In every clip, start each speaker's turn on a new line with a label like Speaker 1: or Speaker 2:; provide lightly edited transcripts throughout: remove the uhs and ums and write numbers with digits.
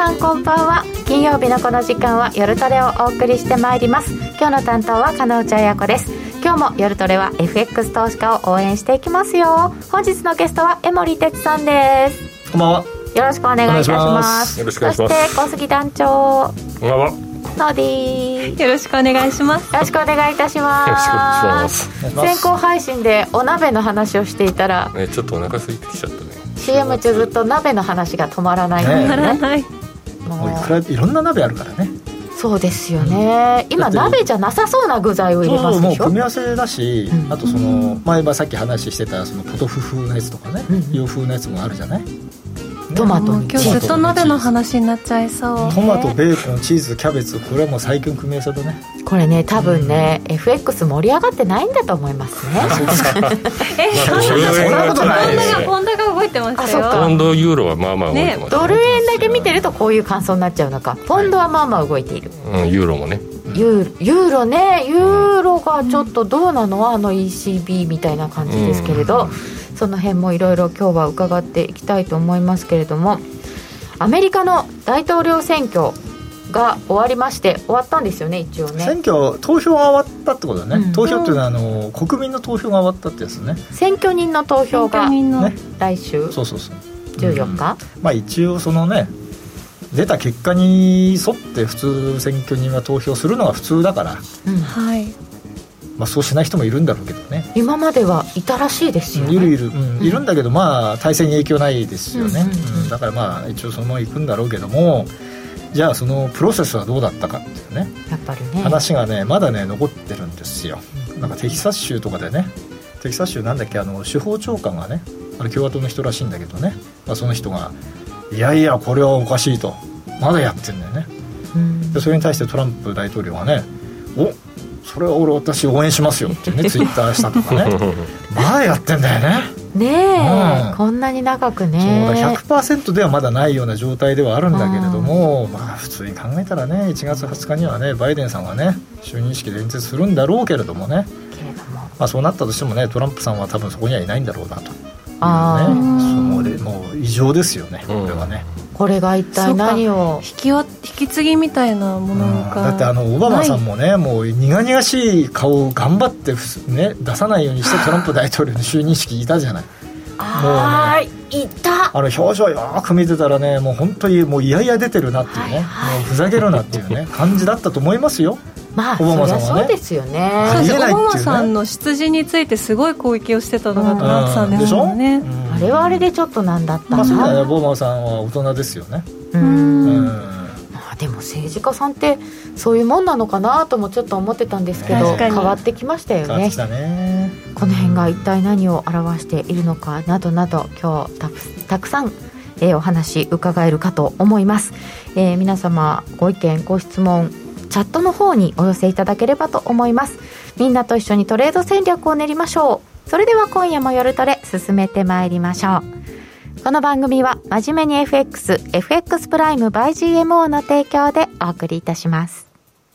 Speaker 1: さんこんばんは。金曜日のこの時間は夜トレをお送りしてまいります。今日の担当は金内彩子です。今日も夜トレは FX 投資家を応援していきますよ。本日のゲストは江守哲さんです。
Speaker 2: こんばんは。
Speaker 1: よろしくお願いいたします。
Speaker 2: よろしくお願いします。
Speaker 1: そして小杉団長、
Speaker 2: こんばんは。
Speaker 1: ノーディー、
Speaker 3: よろしくお願いします。
Speaker 1: よろしくお願いいたします。
Speaker 2: よろしくお願いします。
Speaker 1: 先行配信でお鍋の話をしていたら、
Speaker 2: ちょっとお腹空いてきちゃったね。
Speaker 1: CM 中ずっと鍋の話が止まらないんだよね。
Speaker 3: 止まらない。
Speaker 4: もういろんな鍋あるからね。
Speaker 1: そうですよね、今鍋じゃなさそうな具材を入れますでしょ。
Speaker 4: もう組み合わせだし、あとその前さっき話してたそのポトフ風のやつとかね、洋風のやつもあるじゃない。
Speaker 1: トマトに
Speaker 3: 今日ずっと鍋の話になっちゃいそう。
Speaker 4: トマト、ベーコン、チーズ、キャベツ、これはもう最強組み合わせだね。
Speaker 1: これね、多分ね、FX 盛り上がってないんだと思いますね。
Speaker 4: そうですか。
Speaker 3: そんなことないですよ。ポンドが動いてましたよ。
Speaker 2: ポンドユーロはまあまあ動いてます、
Speaker 1: ドル円だけ見てるとこういう感想になっちゃうのか。ポンドはまあまあ動いている、
Speaker 2: ユーロもね。
Speaker 1: ユーロね、ユーロがちょっとどうなの、ECB みたいな感じですけれど、その辺もいろいろ今日は伺っていきたいと思いますけれども、アメリカの大統領選挙が終わりまして、終わったんですよね、一応ね。
Speaker 4: 選挙、投票が終わったってことだね、投票っていうのは国民の投票が終わったってやつね。
Speaker 1: 選挙人の投票が来週、
Speaker 4: そうそうそう、
Speaker 1: 14日、
Speaker 4: まあ一応そのね、出た結果に沿って普通選挙人は投票するのが普通だから、
Speaker 3: はい、
Speaker 4: まあ、そうしない人もいるんだろうけどね。
Speaker 1: 今まではいたらしいですよね。
Speaker 4: いる、いるんだけど、まあ体制に影響ないですよね、だからまあ一応そのまま行くんだろうけども、じゃあそのプロセスはどうだったかっていうね、
Speaker 1: やっぱりね、
Speaker 4: 話がねまだね残ってるんですよ。なんかテキサス州とかでね、テキサス州なんだっけ、司法長官がね、共和党の人らしいんだけどね、まあ、その人がいやいやこれはおかしいと、まだやってんだよね、でそれに対してトランプ大統領がね、それは私応援しますよってねツイッターしたとかねまだやってんだよね。
Speaker 1: ねえ、こんなに長くね。
Speaker 4: そうだ、 100% ではまだないような状態ではあるんだけれども、まあ普通に考えたらね、1月20日にはねバイデンさんがね就任式で演説するんだろうけれどもね、まあ、そうなったとしてもね、トランプさんは多分そこにはいないんだろうなというね、もう異常ですよね、これはね。
Speaker 1: これが一体何を
Speaker 3: 引き継ぎみたいなものが、
Speaker 4: だってオバマさんもね、もう苦々しい顔を頑張って、ね、出さないようにしてトランプ大統領の就任式いたじゃない。もうね、
Speaker 1: いた。
Speaker 4: 表情よく見てたらね、もう本当にもういやいや出てるなっていうね、もうふざけるなっていうね感じだったと思いますよ。
Speaker 1: まあ、
Speaker 4: オバマさんはね、
Speaker 1: そうですよね。
Speaker 3: オバマさんの出自についてすごい攻撃をしてたのがトランプさんですもんね。
Speaker 1: あれはあれでちょっとなんだったな、
Speaker 4: そうだね、オバマさんは大人ですよね。
Speaker 1: まあ、でも政治家さんってそういうもんなのかなともちょっと思ってたんですけど、変わってきましたよね。
Speaker 4: 変わってきたね。
Speaker 1: この辺が一体何を表しているのかなどなど、今日たくさん、お話伺えるかと思います。皆様ご意見ご質問チャットの方にお寄せいただければと思います。みんなと一緒にトレード戦略を練りましょう。それでは今夜も夜トレ進めてまいりましょう。この番組は真面目に FX プライム by GMO の提供でお送りいたします。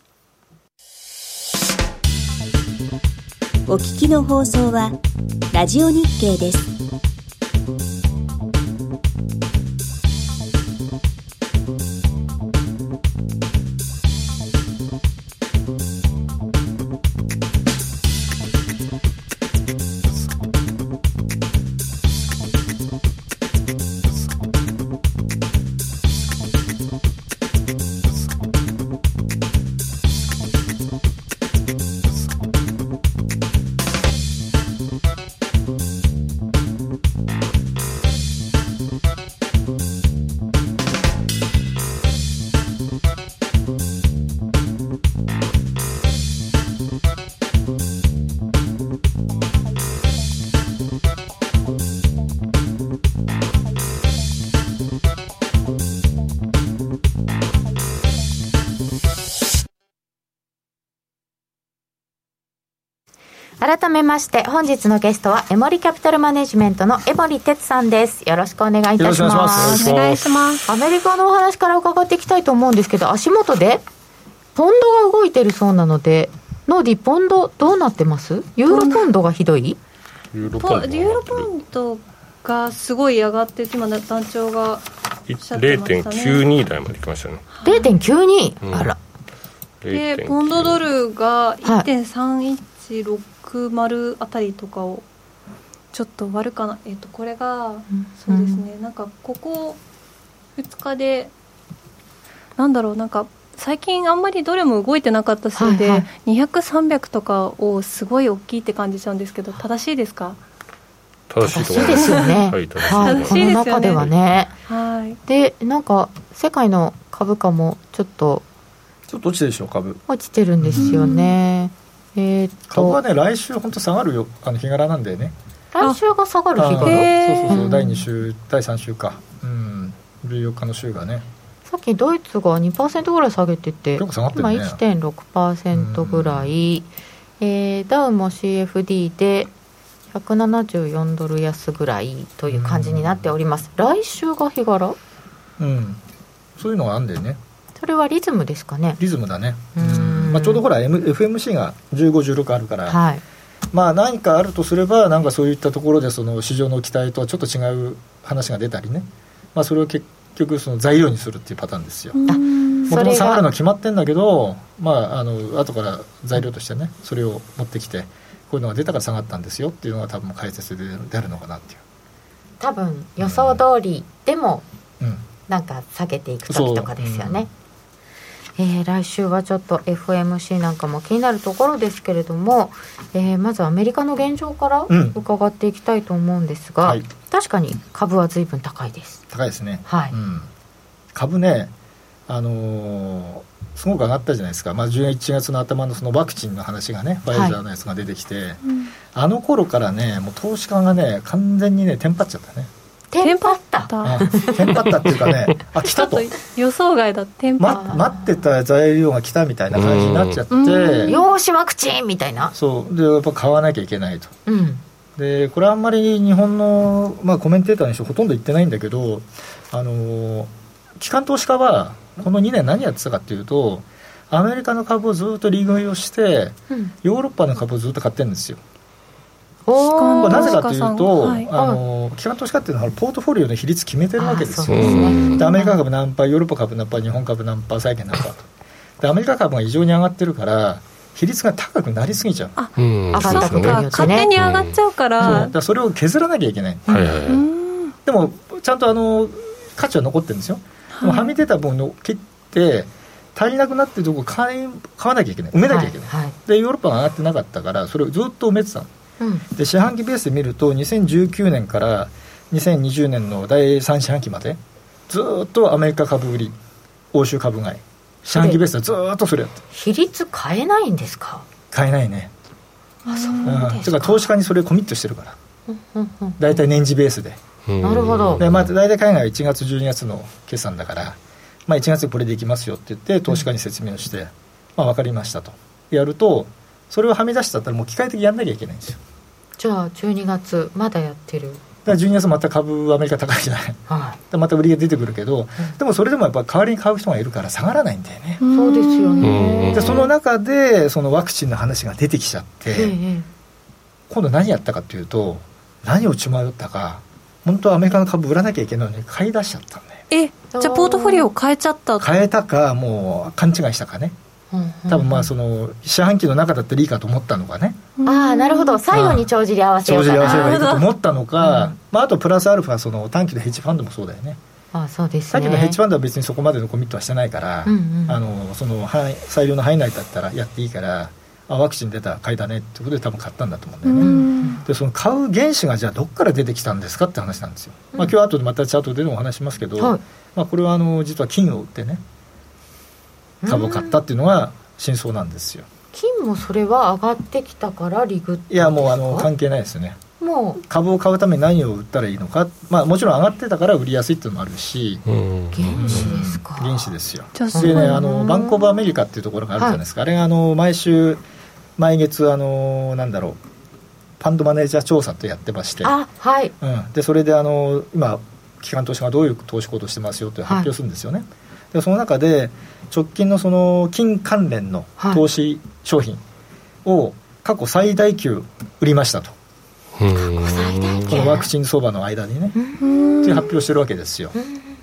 Speaker 5: お聞きの放送はラジオ日経です。
Speaker 1: 改めまして本日のゲストはエモリキャピタルマネジメントの江守哲さんです。よろしくお願いいたします。
Speaker 3: お願いします。
Speaker 1: アメリカのお話から伺っていきたいと思うんですけど、足元でポンドが動いてるそうなので、ノーディポンドどうなってます？ユーロポンドがひどい？
Speaker 3: ユーロポンドがすごい上がって、今団長が
Speaker 2: 0.92 台まで来ましたね。
Speaker 1: 0.92、あら。
Speaker 3: でポンドドルが 1.3160 あたりとかをちょっと割るかな、これが、そうですね、なんかここ2日でなんだろう、なんか最近あんまりどれも動いてなかったせいで、200、300とかをすごい大きいって感じちゃうんですけど、正しいですか？
Speaker 2: 正しいと思います。
Speaker 1: ですよね。
Speaker 2: はい、正しい
Speaker 1: はい、この中ではね。
Speaker 3: はい。
Speaker 1: で、なんか世界の株価もちょっと
Speaker 4: 落ちてるでしょ、株
Speaker 1: 落ちてるんですよね。
Speaker 4: 株はね、来週本当下がるよ、日柄なんでね。
Speaker 1: 来週が下がる日柄。
Speaker 4: そうそう、第2週第3週か、14日の週がね、
Speaker 1: さっきドイツが 2% ぐらい下げてて、
Speaker 4: 結構下がってるね、
Speaker 1: 今 1.6% ぐらい、ダウも CFD で174ドル安ぐらいという感じになっております。来週が日柄、
Speaker 4: そういうのがあるんだよね。
Speaker 1: それはリズムですかね。
Speaker 4: リズムだね。ちょうどほら、FMC が15、16あるから、
Speaker 1: はい、
Speaker 4: 何かあるとすれば、なんかそういったところでその市場の期待とはちょっと違う話が出たりね、それを結局その材料にするっていうパターンですよ。もともと下がるのは決まってるんだけど、後から材料としてね、それを持ってきて、こういうのが出たから下がったんですよっていうのが多分解説であるのかなっていう。
Speaker 1: 多分予想通りでも、なんか下げていく時とかですよね。来週はちょっと FMC なんかも気になるところですけれども、まずアメリカの現状から伺っていきたいと思うんですが、確かに株は随分高いです。
Speaker 4: 高いですね、
Speaker 1: 株
Speaker 4: ね、すごく上がったじゃないですか。11月の頭のそのワクチンの話がね、ファイザーのやつが出てきて、あの頃からね、もう投資家がね、完全にね、テンパっちゃったね。
Speaker 1: テンパった
Speaker 4: テンパったっていうかね、来たと、
Speaker 3: 予想外だ、テンパった、
Speaker 4: 待ってた材料が来たみたいな感じになっちゃって、
Speaker 1: よーしワクチンみたいな。
Speaker 4: そうで、やっぱ買わなきゃいけないと、でこれあんまり日本の、コメンテーターの人ほとんど言ってないんだけど、機関投資家はこの2年何やってたかっていうと、アメリカの株をずっと利食いをして、ヨーロッパの株をずっと買ってるんですよ。なぜかというと、機関投資家っていうのはポートフォリオの比率決めてるわけですよ。でアメリカ株何パー、ヨーロッパ株何パー、日本株何パー、債券何パーと。でアメリカ株が異常に上がってるから比率が高くなりすぎちゃう。
Speaker 3: そうか、勝手に上がっちゃうから、
Speaker 4: それを削らなきゃいけない。でもちゃんと価値は残ってるんですよ。でもはみ出た分を切って足りなくなってるところを買わなきゃいけない、埋めなきゃいけない、でヨーロッパが上がってなかったからそれをずっと埋めてたの。で四半期ベースで見ると2019年から2020年の第3四半期までずっとアメリカ株売り、欧州株買い、四半期ベースでずっとそれやって。
Speaker 1: 比率変えないんですか？
Speaker 4: 変えないね。
Speaker 1: そうですか。
Speaker 4: だから投資家にそれをコミットしてるから、だいたい年次ベースで。
Speaker 1: なるほど。
Speaker 4: で、だいたい海外は1月12月の決算だから、1月でこれでいきますよって言って投資家に説明をして、分かりましたとやると、それをはみ出したったらもう機械的にやんなきゃいけないんですよ。
Speaker 1: じゃあ12月まだやってる。
Speaker 4: だから12月また株アメリカ高いじゃない、でまた売りが出てくるけど、でもそれでもやっぱ代わりに買う人がいるから下がらないんだよね。
Speaker 1: そうですよね。
Speaker 4: でその中でそのワクチンの話が出てきちゃって、今度何やったかっていうと、何を血迷ったか、本当はアメリカの株売らなきゃいけないのに買い出しちゃったんだよ。
Speaker 3: じゃあポートフォリオを変えちゃった。
Speaker 4: 変えたか、もう勘違いしたかね。多分その四半期の中だったらいいかと思ったのかね。
Speaker 1: なるほど。最後に帳尻合わせようかな。
Speaker 4: 帳尻合わせればいいかと思ったのか、あとプラスアルファその短期のヘッジファンドもそうだよね。
Speaker 1: そうですね。
Speaker 4: さっきのヘッジファンドは別にそこまでのコミットはしてないから、その裁量の範囲内だったらやっていいから、ワクチン出た買いだねってことで多分買ったんだと思うんだよね。でその買う原資がじゃあどっから出てきたんですかって話なんですよ。今日後でまたチャートでもお話しますけど、これは実は金を売ってね株を買ったっていうのが真相なんですよ。
Speaker 1: 金もそれは上がってきたからリグって。
Speaker 4: いやもう関係ないですよね。
Speaker 1: もう
Speaker 4: 株を買うために何を売ったらいいのか、もちろん上がってたから売りやすいっていうのもあるし、
Speaker 1: 原資ですか。
Speaker 4: 原資ですよ。でね、バンクオブアメリカっていうところがあるじゃないですか、あれが毎月ファンドマネージャー調査ってやってまして、でそれで今機関投資家がどういう投資行動してますよって発表するんですよね。でその中で直近のその金関連の投資商品を過去最大級売りましたと。このワクチン相場の間にねっていう発表してるわけですよ。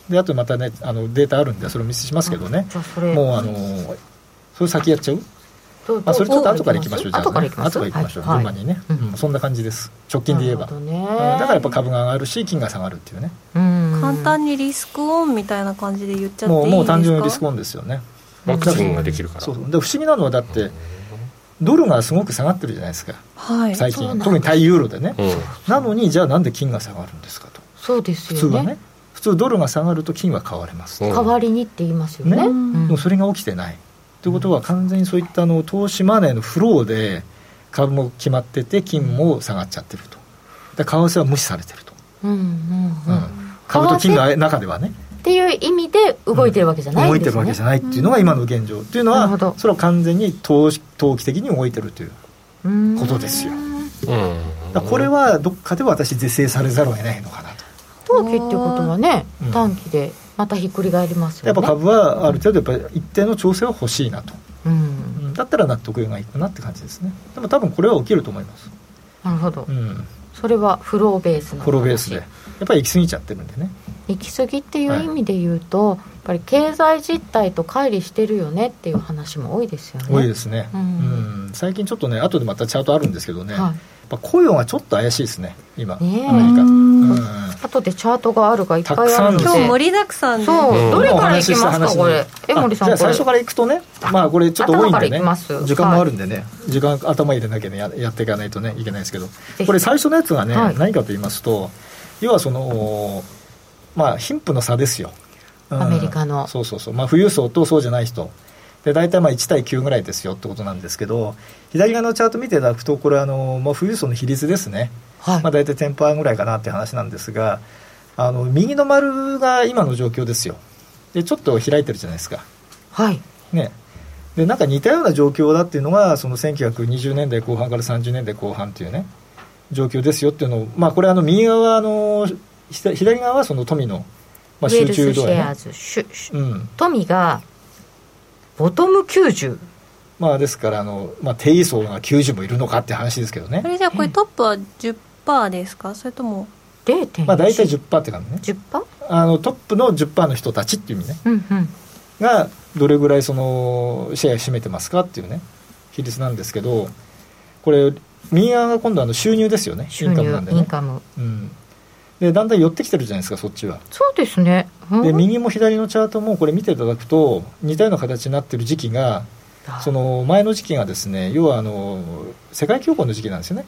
Speaker 4: であとまたねデータあるんでそれをお見せしますけどね、もうそれ先やっちゃう。それちょっと後からいきましょう。じゃあ、ね、後からいきましょう、順番にね、そんな感じです。直近で言えば、だからやっぱ株が上がるし金が下がるっていうね。
Speaker 3: 簡単にリスクオンみたいな感じで言っちゃっていいですか。
Speaker 4: もう単純にリスクオンですよね。
Speaker 2: ワクチンができるから。
Speaker 4: そうで不思議なのはだってドルがすごく下がってるじゃないですか、最近特に対ユーロでね、なのにじゃあなんで金が下がるんですかと。
Speaker 1: そうですよね。
Speaker 4: 普通はね、普通ドルが下がると金は買われます、
Speaker 1: 代わりにって言いますよね。
Speaker 4: でもそれが起きてないということは完全にそういった投資マネーのフローで株も決まってて金も下がっちゃってると。で為替は無視されてると、株と金の中ではね
Speaker 1: っていう意味で動いてるわけじゃないんですね。
Speaker 4: 動いてるわけじゃないっていうのが今の現状っていうのは、それは完全に投機的に動いてるということですよ。だこれはどっかで私是正されざるを得ないのかなと。
Speaker 1: 投機っていうことはね、短期でまたひっくり返りますよね。
Speaker 4: やっぱ株はある程度やっぱ一定の調整は欲しいなと、だったら納得がいくなって感じですね。でも多分これは起きると思います。
Speaker 1: なるほど、それはフローベースの話。
Speaker 4: フローベースでやっぱり行き過ぎちゃってるんでね。
Speaker 1: 行き過ぎっていう意味で言うと、やっぱり経済実態と乖離してるよねっていう話も多いですよね。
Speaker 4: 多いですね、最近ちょっとね後でまたチャートあるんですけどね、やっぱ雇用がちょっと怪しいですね今、アメリカ。後
Speaker 1: でチャートがあるがいっぱいあるので、
Speaker 3: 今日盛りだくさんで、
Speaker 1: どれからいきますかこれ。江森さん、
Speaker 4: じゃあ最初からいくとね、これちょっと多いんでね、時間もあるんでね、時間頭入れなきゃね やっていかないとねいけないですけど、これ最初のやつがね、何かと言いますと、要はその貧富の差ですよ、
Speaker 1: アメリカの。
Speaker 4: そう、富裕層とそうじゃない人で大体1対9ぐらいですよってことなんですけど、左側のチャート見ていただくとこれ富裕層の比率ですね、大体 10% ぐらいかなって話なんですが、右の丸が今の状況ですよ。でちょっと開いてるじゃないですか、ね、でなんか似たような状況だっていうのがその1920年代後半から30年代後半っていうね状況ですよっていうのを、これ右側左側はその富の、集中度合い、
Speaker 1: 富がボトム90、
Speaker 4: ですから低位層が90もいるのかって話ですけどね。
Speaker 3: それじゃあこれトップは 10% ですか、それとも
Speaker 1: 0.1、
Speaker 4: 大体 10% って感じね。
Speaker 1: 10%？
Speaker 4: トップの 10% の人たちっていう意味ね、がどれぐらいそのシェアを占めてますかっていうね比率なんですけど、これ右側が今度収入ですよね。
Speaker 1: 収入、インカムなんでね、インカム、
Speaker 4: でだんだん寄ってきてるじゃないですかそっちは。
Speaker 1: そうですね、
Speaker 4: で右も左のチャートもこれ見ていただくと似たような形になってる時期が、その前の時期がですね、要は世界恐慌の時期なんですよね。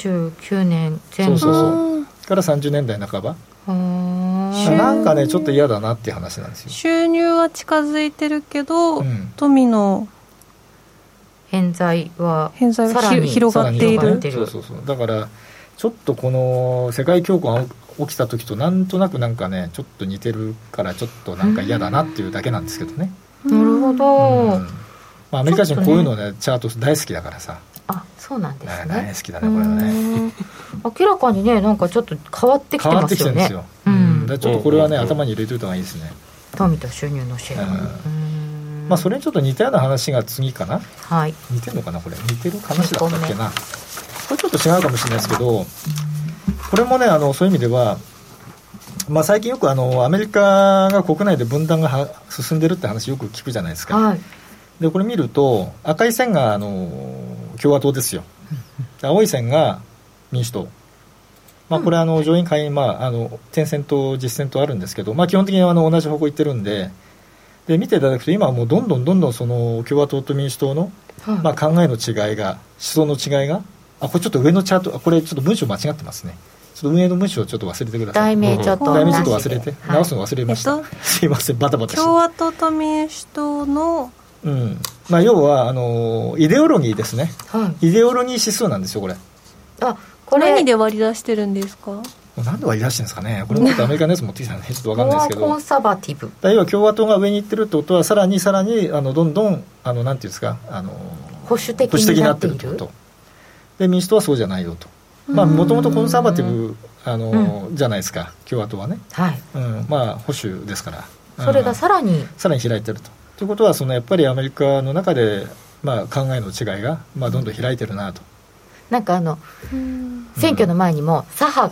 Speaker 1: 29年前後
Speaker 4: から30年代半ば。なんかねちょっと嫌だなっていう話なんですよ。
Speaker 3: 収入は近づいてるけど、富の
Speaker 1: 偏在はさらに
Speaker 3: 広がっている。
Speaker 4: そうだからちょっとこの世界恐慌が起きた時となんとなくなんかねちょっと似てるからちょっとなんか嫌だなっていうだけなんですけどね。
Speaker 1: なるほど、
Speaker 4: アメリカ人こういうのねチャート大好きだからさ。
Speaker 1: そうなんですね。
Speaker 4: 大好きだねこれはね。
Speaker 1: 明らかにねなんかちょっと変わってきてますよね。変わってきてるんですよ。
Speaker 4: ちょっとこれはね頭に入れておいた方がいいですね。
Speaker 1: 富と収入のシェア。
Speaker 4: それにちょっと似たような話が次かな。似てるのかなこれ。似てる話だったっけな。これちょっと違うかもしれないですけど、これもねそういう意味では、最近よくアメリカが国内で分断が進んでるって話よく聞くじゃないですか。でこれ見ると赤い線が共和党ですよ。青い線が民主党。これ上院下院点線と実線とあるんですけど、基本的に同じ方向行ってるんで、見ていただくと今はもうどんどんその共和党と民主党の、考えの違いが、思想の違いが、これちょっと上のチャート、これちょっと文章間違ってますね。ちょっと運営の文章をちょっと忘れてください。
Speaker 1: 題名ちょっと
Speaker 4: 忘れて、直すの忘れました、すいませんバタバタして。
Speaker 3: 共和党と民主党の
Speaker 4: 要はイデオロギーですね、イデオロギー指数なんですよこれ。
Speaker 3: これ何で割り出してるんですか。
Speaker 4: 何で割り出してるんですかね。これもちょっとアメリカのやつ持ってきたのでちょっと分かんないですけど、
Speaker 1: コンサバティブ。
Speaker 4: 要は共和党が上に行ってるってことはさらにどんどんなんていうんですか
Speaker 1: 保守的になっている
Speaker 4: ってことで、民主党はそうじゃないよと。もともとコンサバティブじゃないですか共和党はね、保守ですから、
Speaker 1: それがさらに
Speaker 4: 開いてるということはやっぱりアメリカの中で、考えの違いが、どんどん開いてるなと。
Speaker 1: なんか選挙の前にも左派が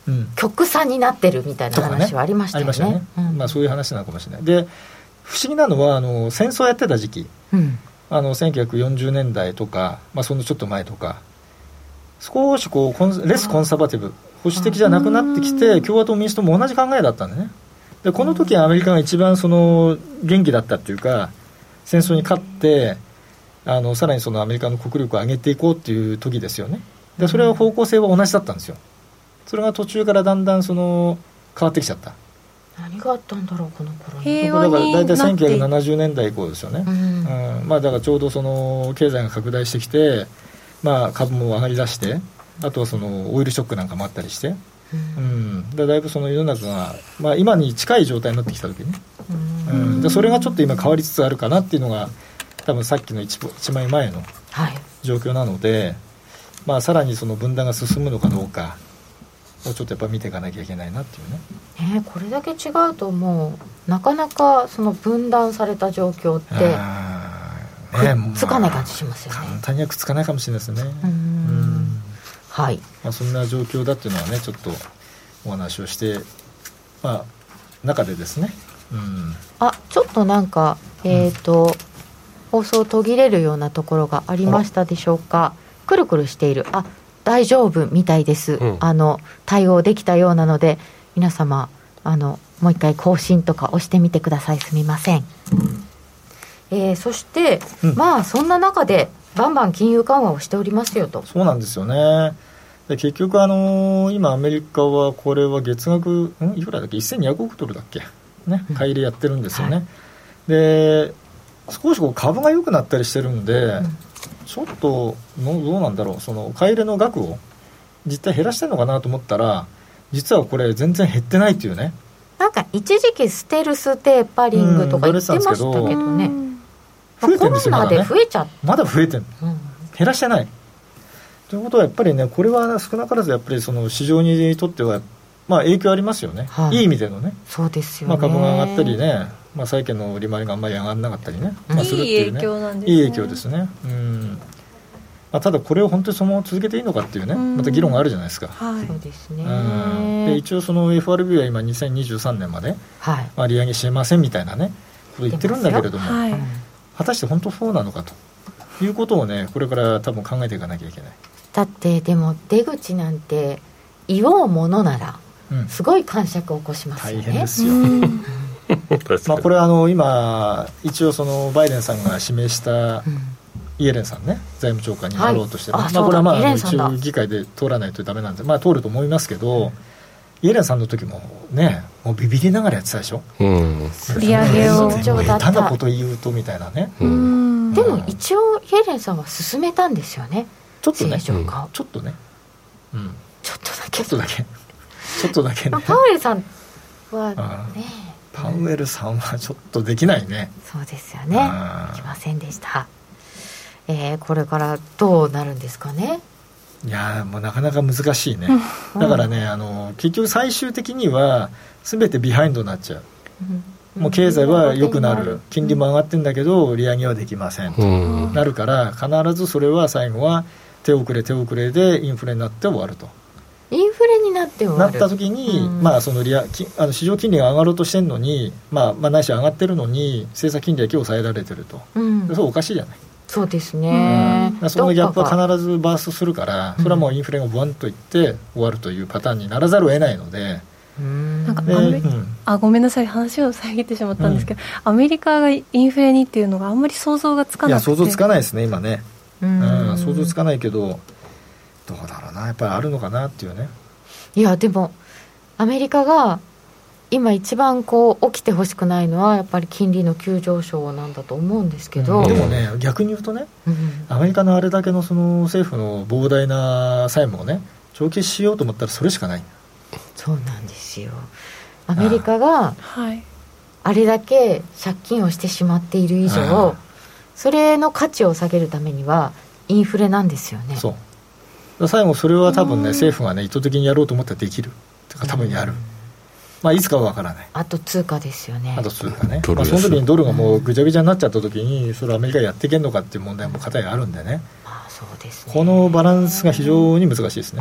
Speaker 1: 極差になってるみたいな話はありましたよね。
Speaker 4: そういう話なのかもしれない。で不思議なのは戦争やってた時期、1940年代とか、そのちょっと前とか少しこうレスコンサバティブ、保守的じゃなくなってきて、共和党民主党も同じ考えだったんでね。でこの時アメリカが一番元気だったっていうか、戦争に勝ってさらにアメリカの国力を上げていこうっていう時ですよね。でそれは方向性は同じだったんですよ。それが途中からだんだん変わってきちゃった。
Speaker 1: 何があったんだろうこの頃に。
Speaker 3: 平和になって
Speaker 4: だから大体1970年代以降ですよね。だからちょうど経済が拡大してきて、株も上がりだして、あとはオイルショックなんかもあったりして、だいぶ世の中が、今に近い状態になってきた時に、でそれがちょっと今変わりつつあるかなっていうのが多分さっきの一枚前の状況なので、さらに分断が進むのかどうかをちょっとやっぱ見ていかなきゃいけないなっていうね。
Speaker 1: これだけ違うともうなかなか分断された状況ってくっつかない感じしますよね。
Speaker 4: 簡単にはくっつかないかもしれないですね。
Speaker 1: はい。
Speaker 4: そんな状況だっていうのはね、ちょっとお話をして、中でですね、
Speaker 1: ちょっとなんか放送途切れるようなところがありましたでしょうか。くるくるしている。大丈夫みたいです。対応できたようなので皆様もう一回更新とか押してみてください。すみません。そして、そんな中でバンバン金融緩和をしておりますよと。
Speaker 4: そうなんですよね。で結局今アメリカはこれは月額いくらだっけ、1200億ドルだっけね、買い入れやってるんですよね。で少し株が良くなったりしてるんで、ちょっとどうなんだろう、買い入れの額を実態減らしてるのかなと思ったら、実はこれ全然減ってないっていうね。
Speaker 1: なんか一時期ステルステーパリングとか言ってましたけどね、
Speaker 4: 増えてるんですよ。
Speaker 1: コロナで増えちゃった、
Speaker 4: まだ増えてる、減らしてないということはやっぱりね、これは少なからずやっぱり市場にとっては影響ありますよね、いい意味でのね。
Speaker 1: そうですよね。
Speaker 4: 株が上がったりね、債券の利回りがあんまり上がらなかったりね、するっていうね、
Speaker 3: いい影響なんですね。
Speaker 4: いい影響ですね。ただこれを本当にそのまま続けていいのかっていうね、また議論があるじゃないですか。
Speaker 1: そうですね。
Speaker 4: で一応FRB は今2023年まで、利上げしませんみたいなねこと言ってるんだけれども、果たして本当そうなのかということをね、これから多分考えていかなきゃいけない。
Speaker 1: だってでも出口なんて言おうものなら、すごい癇癪を起こしますよね。
Speaker 4: 大変ですよ。これは今一応バイデンさんが指名したイエレンさんね、財務長官になろうとして、これは一応議会で通らないとダメなんで、通ると思いますけど、イエレンさんの時もね、もうビビりながらやってたでしょ。
Speaker 3: 利上げを
Speaker 4: 下手なこと言うとみたいなね。
Speaker 1: でも一応イエレンさんは進めたんですよね。
Speaker 4: ちょっとね、
Speaker 1: ちょっとね、
Speaker 4: ちょっとだけ
Speaker 1: ちょっとだけ
Speaker 4: ね。
Speaker 1: パウエルさんはね、
Speaker 4: パウエルさんはちょっとできないね。
Speaker 1: そうですよね。できませんでした。これからどうなるんですかね。
Speaker 4: いやもうなかなか難しいね。だからね、結局最終的には全てビハインドになっちゃう。もう経済は良くなる、金利も上がってるんだけど利上げはできませんとなるから、必ずそれは最後は手遅れでインフレになって終わると。
Speaker 1: インフレになって終わる
Speaker 4: なった時に、市場金利が上がろうとしてるのに、ないし上がってるのに政策金利だけ抑えられてると、それおかしいじゃない。
Speaker 1: そうですね。
Speaker 4: そのギャップは必ずバーストするから、それはもうインフレがブワンといって終わるというパターンにならざるを得ないので、
Speaker 3: なんかごめんなさい、話を遮ってしまったんですけど、アメリカがインフレにっていうのがあんまり想像がつかなくて。
Speaker 4: いや想像つかないですね今ね。想像つかないけど、どうだろうな、やっぱりあるのかなっていうね。
Speaker 1: いやでもアメリカが今一番起きてほしくないのはやっぱり金利の急上昇なんだと思うんですけど、
Speaker 4: でもね逆に言うとね、アメリカのあれだけの政府の膨大な債務をね帳消ししようと思ったらそれしかない。
Speaker 1: そうなんですよ。アメリカがあれだけ借金をしてしまっている以上、それの価値を下げるためにはインフレなんですよね。
Speaker 4: そう最後それは多分ね政府がね意図的にやろうと思ったらできるとか多分やる。いつかは分からない。
Speaker 1: あと通貨ですよね。
Speaker 4: あと通貨ね。その時にドルがもうぐちゃぐちゃになっちゃった時にそれをアメリカやっていけんのかっていう問題も片やあるんでね。
Speaker 1: そうですね。
Speaker 4: このバランスが非常に難しいですね。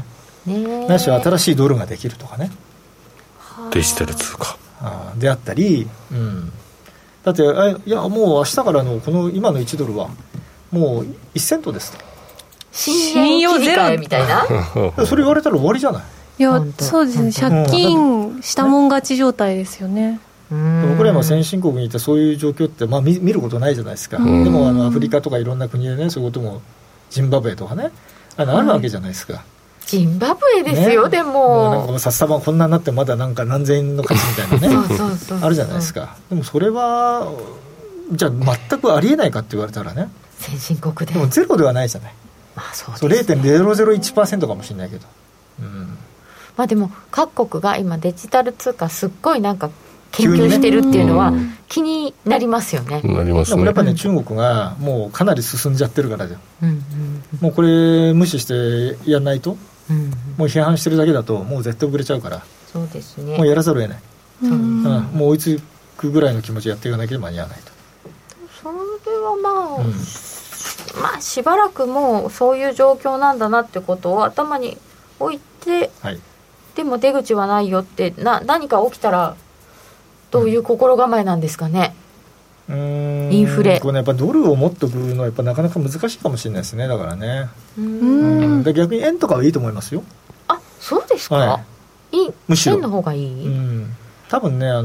Speaker 1: ね、
Speaker 4: ないしは新しいドルができるとかね、
Speaker 2: デジタル通貨
Speaker 4: であったり、だっていやもう明日からのこの今の1ドルはもう1セントですと、
Speaker 1: 信用ゼロみたいな
Speaker 4: それ言われたら終わりじゃない。
Speaker 3: いやそうですね、借金したもん勝ち状態ですよね。
Speaker 4: 僕らも先進国にいてそういう状況って、見ることないじゃないですか。でもアフリカとかいろんな国でね、そういうこともジンバブエとかねあるわけじゃないですか。
Speaker 1: ジンバブエですよ、でも
Speaker 4: なんか札束こんなになってまだなんか何千円の価値みたいなねあるじゃないですか。でもそれはじゃあ全くありえないかって言われたらね、
Speaker 1: 先進国で
Speaker 4: もゼロではないじゃない。そうですね、0.001% かもしれないけど、
Speaker 1: でも各国が今デジタル通貨すっごいなんか研究してるっていうのは気になりますよね。
Speaker 2: なりますね。
Speaker 4: でもやっぱね、中国がもうかなり進んじゃってるからだよ、もうこれ無視してやんないと、もう批判してるだけだともう絶対遅れちゃうから、
Speaker 1: そうですね、
Speaker 4: もうやらざるを得ない、もう追いつくぐらいの気持ちでやっていかなければ間に合わないと。
Speaker 1: それはしばらくもうそういう状況なんだなってことを頭に置いて、でも出口はないよって何か起きたらどういう心構えなんですかね。インフレ
Speaker 4: これ、ね、やっぱドルを持っとくのはやっぱなかなか難しいかもしれないですね。だからね、で逆に円とかはいいと思いますよ。
Speaker 1: あ、そうですか、むしろ円の方がいい、
Speaker 4: 多分ね、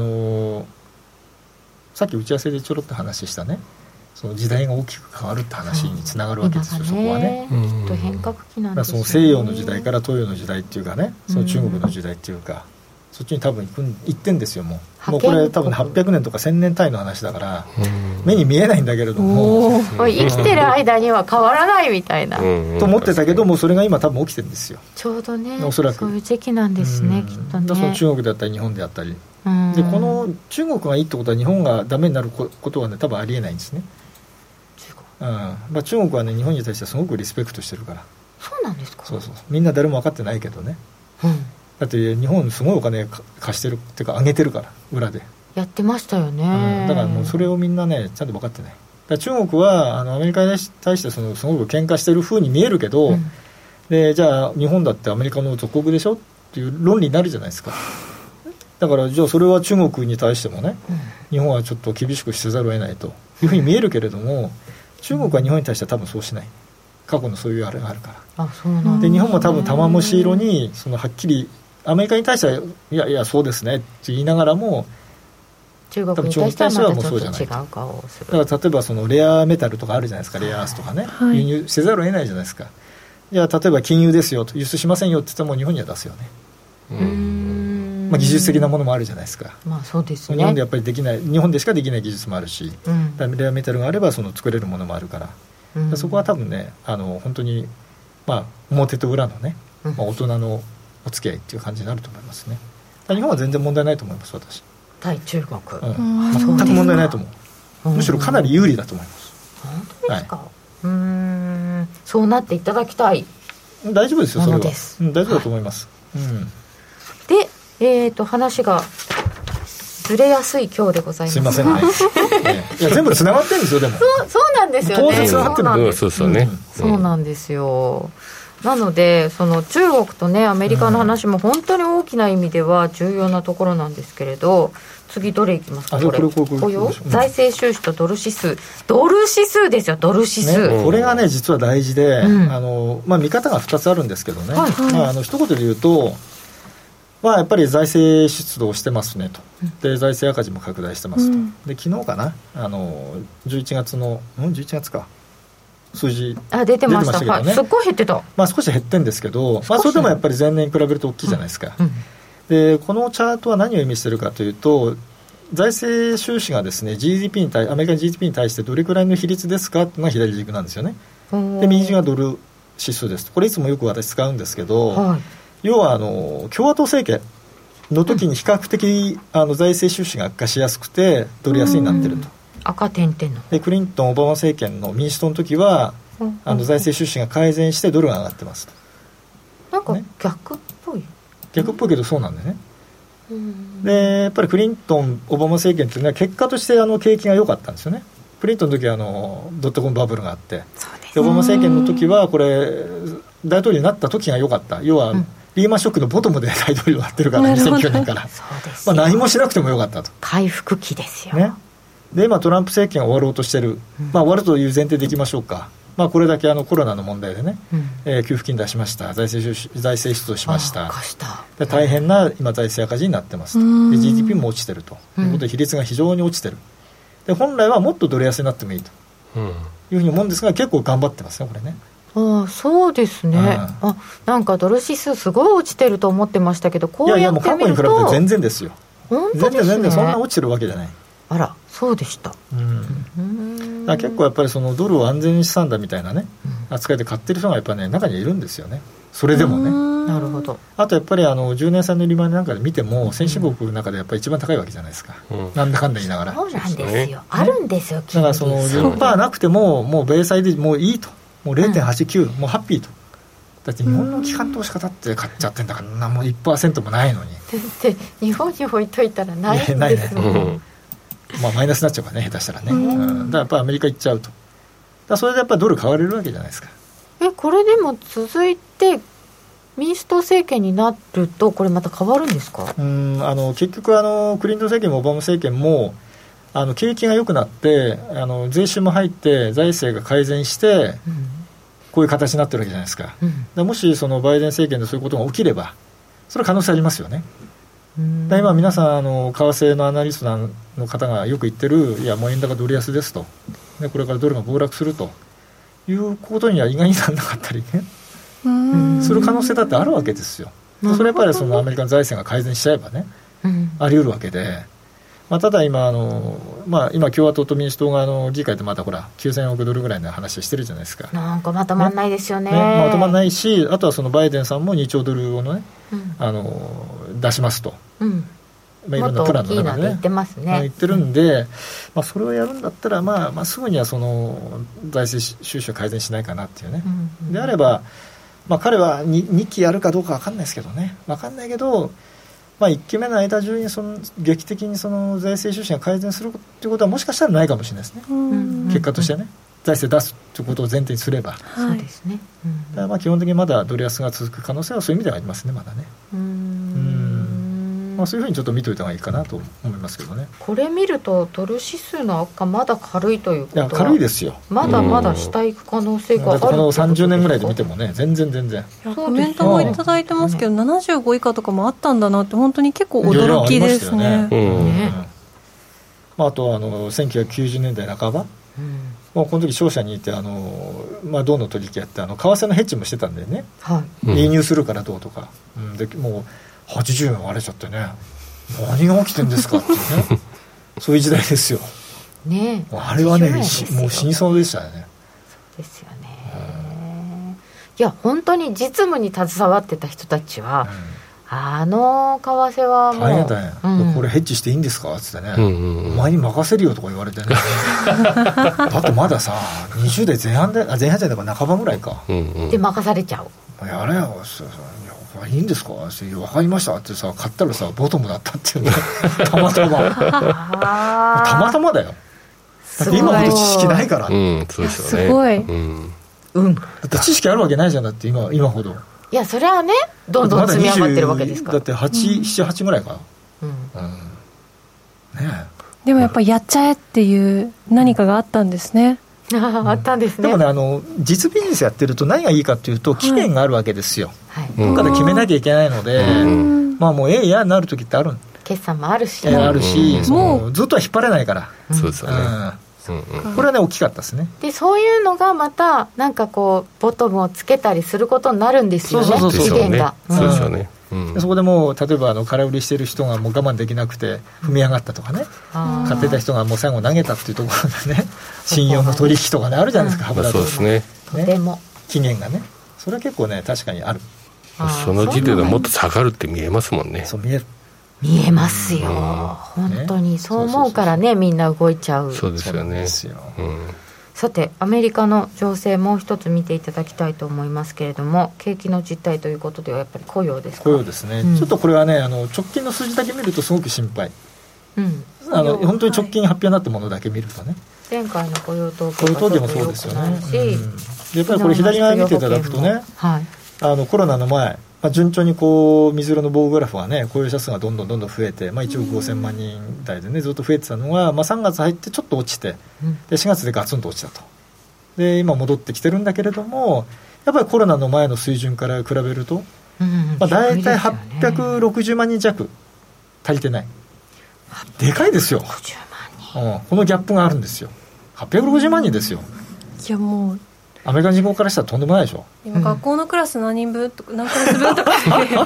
Speaker 4: さっき打ち合わせでちょろっと話したね、その時代が大きく変わるって話につながるわけですよ、そこはね。
Speaker 1: きっと変革期なんですよね。
Speaker 4: その西洋の時代から東洋の時代っていうかね、その中国の時代っていうか、そっちに多分行ってんですよ。もうこれ多分800年とか1000年単位の話だから目に見えないんだけれども、
Speaker 1: 生きてる間には変わらないみたいな
Speaker 4: と思ってたけども、それが今多分起きてるんですよ。
Speaker 1: ちょうどね、
Speaker 4: おそらく
Speaker 1: そういう時期なんですね、きっとね。
Speaker 4: その中国であったり日本であったりで、この中国がいいってことは日本がダメになることはね多分ありえないんですね。中国はね日本に対してすごくリスペクトしてるから。
Speaker 1: そうなんですか。
Speaker 4: そうみんな誰も分かってないけどね、だって日本すごいお金貸してるっていうか上げてるから、裏で
Speaker 1: やってましたよね、
Speaker 4: だからもうそれをみんなねちゃんと分かってない。だから中国はアメリカに対してすごく喧嘩してる風に見えるけど、でじゃあ日本だってアメリカの属国でしょっていう論理になるじゃないですか。だからじゃあそれは中国に対してもね、日本はちょっと厳しくせざるを得ないというふうに見えるけれども、中国は日本に対しては多分そうしない。過去のそういうあれがあるから。
Speaker 1: そうなん
Speaker 4: で日本も多分玉虫色にはっきりアメリカに対してはいやそうですねって言いながらも、
Speaker 1: 中国に対してはまたちょっと違う顔をする。
Speaker 4: だから例えばそのレアメタルとかあるじゃないですか、レアアースとかね、輸入せざるを得ないじゃないですか。じゃあ例えば金融ですよと、輸出しませんよって言っても日本には出すよね。技術的なものもあるじゃないですか。
Speaker 1: そうですね。
Speaker 4: 日本でやっぱりできない、日本でしかできない技術もあるし、レアメタルがあれば作れるものもあるから、そこは多分ね本当に表と裏のね、大人のお付き合いっていう感じになると思いますね。日本は全然問題ないと思います。私
Speaker 1: 対中国、
Speaker 4: 全く問題ないと思う。むしろかなり有利だと思います。
Speaker 1: 本当ですか。そうなっていただきたい。
Speaker 4: 大丈夫ですよ、それは。大丈夫だと思います。
Speaker 1: で、話がずれやすい今日でございます。
Speaker 4: すいませんね。いや全部つながってるんですよ。でも
Speaker 1: そうなんですよね。
Speaker 4: 当然つながってる。
Speaker 1: そうなんですよ。なのでその中国とねアメリカの話も本当に大きな意味では重要なところなんですけれど、次どれいきますか。これ財政収支とドル指数ですよ。ドル指数、
Speaker 4: これがね実は大事で、見方が2つあるんですけどね、一言で言うと、やっぱり財政出動してますねと。で財政赤字も拡大してますと。で昨日かな11月の11月か数字
Speaker 1: 出てましたけどね、すっごい減ってた。
Speaker 4: 少し減ってるんですけど、それでもやっぱり前年に比べると大きいじゃないですか。でこのチャートは何を意味しているかというと、財政収支がですね GDP にアメリカの GDP に対してどれくらいの比率ですかっていうのが左軸なんですよね。で右軸がドル指数です。これいつもよく私使うんですけど、要は共和党政権の時に比較的財政収支が悪化しやすくてドル安になってると。
Speaker 1: 赤点々の
Speaker 4: でクリントン・オバマ政権の民主党の時は財政収支が改善してドルが上がってますと。
Speaker 1: なんか逆っぽい、
Speaker 4: 逆っぽいけどそうなんだよね。でやっぱりクリントン・オバマ政権というのは結果として景気が良かったんですよね。クリントンの時はドットコムバブルがあって、でオバマ政権の時はこれ大統領になった時が良かった。要はリーマンショックのボトムで大統領になってるから2009年から
Speaker 1: そうです
Speaker 4: まあ、何もしなくてもよかったと
Speaker 1: 回復期ですよ、
Speaker 4: ね、で今トランプ政権が終わろうとしてる、まあ、終わるという前提でいきましょうか、まあ、これだけコロナの問題でね、給付金出しました、財政出動しました、で大変な今財政赤字になってますと、で GDP も落ちてるということで比率が非常に落ちてる、で本来はもっとドル安になってもいいというふうに思うんですが、結構頑張ってますねこれね。
Speaker 1: ああそうですね、あなんかドル指数すごい落ちてると思ってましたけど、こうやってみると
Speaker 4: いやいやもう過去に比べて全然ですよ。
Speaker 1: 本当ですね、
Speaker 4: 全然そんな落ちてるわけじゃない。
Speaker 1: あらそうでした、
Speaker 4: だ結構やっぱりそのドルを安全資産だみたいなね、扱いで買ってる人がやっぱね中にはいるんですよね。それでもね。
Speaker 1: なるほど。
Speaker 4: あとやっぱり10年債の利回りなんかで見ても先進国の中でやっぱり一番高いわけじゃないですか、なんだかんだ言いながら。
Speaker 1: そうなんですよ、あるんですよ、
Speaker 4: だからその 10% なくてももう米債でもういいと、もう 0.89、もうハッピーと。だって日本の機関投資家だって買っちゃってんだから、もう 1% もないのに。
Speaker 1: で日本に置いといたらないんですもん、ね
Speaker 4: まあ、マイナスになっちゃうからね下手したらね、だからやっぱりアメリカ行っちゃうと。だからそれでやっぱりドル買われるわけじゃないですか。
Speaker 1: これでも続いて民主党政権になるとこれまた変わるんですか。
Speaker 4: 結局クリントン政権もオバマ政権も景気が良くなって税収も入って財政が改善して、こういう形になってるわけじゃないですか、でもしそのバイデン政権でそういうことが起きればそれは可能性ありますよね。で今皆さん為替のアナリストの方がよく言ってる、いやもう円高ドル安ですと、でこれからドルが暴落するということには意外にならなかったりね、する可能性だってあるわけですよ。それやっぱりそのアメリカの財政が改善しちゃえばね、あり得るわけで、ただ今今共和党と民主党が議会でまたほら9000億ドルぐらいの話してるじゃないですか。
Speaker 1: なんかまとまんないですよ ね
Speaker 4: まとまんないし、あとはそのバイデンさんも2兆ドルをね、出しますと、いろんなプランの中でね
Speaker 1: 言ってますね、
Speaker 4: 言ってるんで、それをやるんだったら、すぐにはその財政収支を改善しないかなっていうね、であれば、彼は 2期やるかどうか分かんないですけどね、分かんないけど、1期目の間中に劇的にその財政収支が改善するということはもしかしたらないかもしれないですね、結果としてね、財政出すということを前提にすれば、
Speaker 1: そうですね、
Speaker 4: だから基本的にまだドル安が続く可能性はそういう意味ではありますね、まだね。そういうふうにちょっと見といた方がいいかなと思いますけどね。
Speaker 1: これ見るとドル指数の悪化まだ軽いということは、
Speaker 4: 軽いですよ、
Speaker 1: まだまだ下行く可能性がある。
Speaker 4: だってこの30年ぐらいで見てもね、全然
Speaker 3: コメントもいただいてますけど、75以下とかもあったんだなって本当に結構驚きですね。
Speaker 4: あとは1990年代半ば、この時商社にいて銅の取引やって為替のヘッジもしてたんでね、輸入するからどうとか、でもう80円割れちゃってね、何が起きてんですかっていうねそういう時代ですよ、ね、あれはねもう死にそうでしたよね。
Speaker 1: そうですよね。いや本当に実務に携わってた人たちは、為替はもう
Speaker 4: 大変だね、これヘッジしていいんですかって言ってね、お前に任せるよとか言われてねだってまださ20代前半じゃないか半ばぐらいか、
Speaker 1: で任されちゃう。
Speaker 4: やれよいいんですかって分かりましたってさ、買ったらさボトムだったっていうねたまたまだよ。だって今ほど知識ないから、
Speaker 2: そうですよね、
Speaker 3: すごい、
Speaker 4: だって知識あるわけないじゃん、だって今ほど。
Speaker 1: いやそれはねどんどん積み上がってるわけですから。
Speaker 4: だって7、8ぐらいか、
Speaker 3: でもやっぱりやっちゃえっていう何かがあったんですね。
Speaker 1: あったんですね。
Speaker 4: でもね実ビジネスやってると何がいいかというと期限があるわけですよ、どっかで決めなきゃいけないので、もう嫌になる時ってある、
Speaker 1: 決算もあるし、
Speaker 4: ずっとは引っ張れないから、
Speaker 2: そうですよね、
Speaker 4: これはね大きかったですね。
Speaker 1: でそういうのがまたなんかこうボトムをつけたりすることになるんですよね、期限が。
Speaker 2: そうですよね、
Speaker 4: そこでもう例えば空売りしてる人がもう我慢できなくて踏み上がったとかね、買ってた人がもう最後投げたっていうところでね信用の取引とかねあるじゃないですか、
Speaker 2: そうですね、
Speaker 1: とても
Speaker 4: 期限がね、それは結構ね確かにある。
Speaker 2: その時点でもっと下がるって見えますもんね。
Speaker 4: そう
Speaker 1: 見えますよ、本当にそう思うからね、みんな動いちゃう。
Speaker 2: そうですよね。
Speaker 1: さてアメリカの情勢もう一つ見ていただきたいと思いますけれども、景気の実態ということではやっぱり雇用ですか。
Speaker 4: 雇用ですね、ちょっとこれはね直近の数字だけ見るとすごく心配、本当に直近発表になったものだけ見るとね、
Speaker 1: 前回の雇用統
Speaker 4: 計もそうですよね、でやっぱりこれ左側見ていただくとね、コロナの前順調にこう水色の棒グラフはね、雇用者数がどんどん増えて、1億5000万人台でねずっと増えてたのが、3月入ってちょっと落ちて、で4月でガツンと落ちたと。で今戻ってきてるんだけれども、やっぱりコロナの前の水準から比べると、だいたい860万人弱足りてない。でかいですよ。このギャップがあるんですよ。860万人ですよ。
Speaker 3: いやもう
Speaker 4: アメリカ人口からしたらとんでもないでしょ。
Speaker 3: 今学校のクラス何人分とか何クラス分とか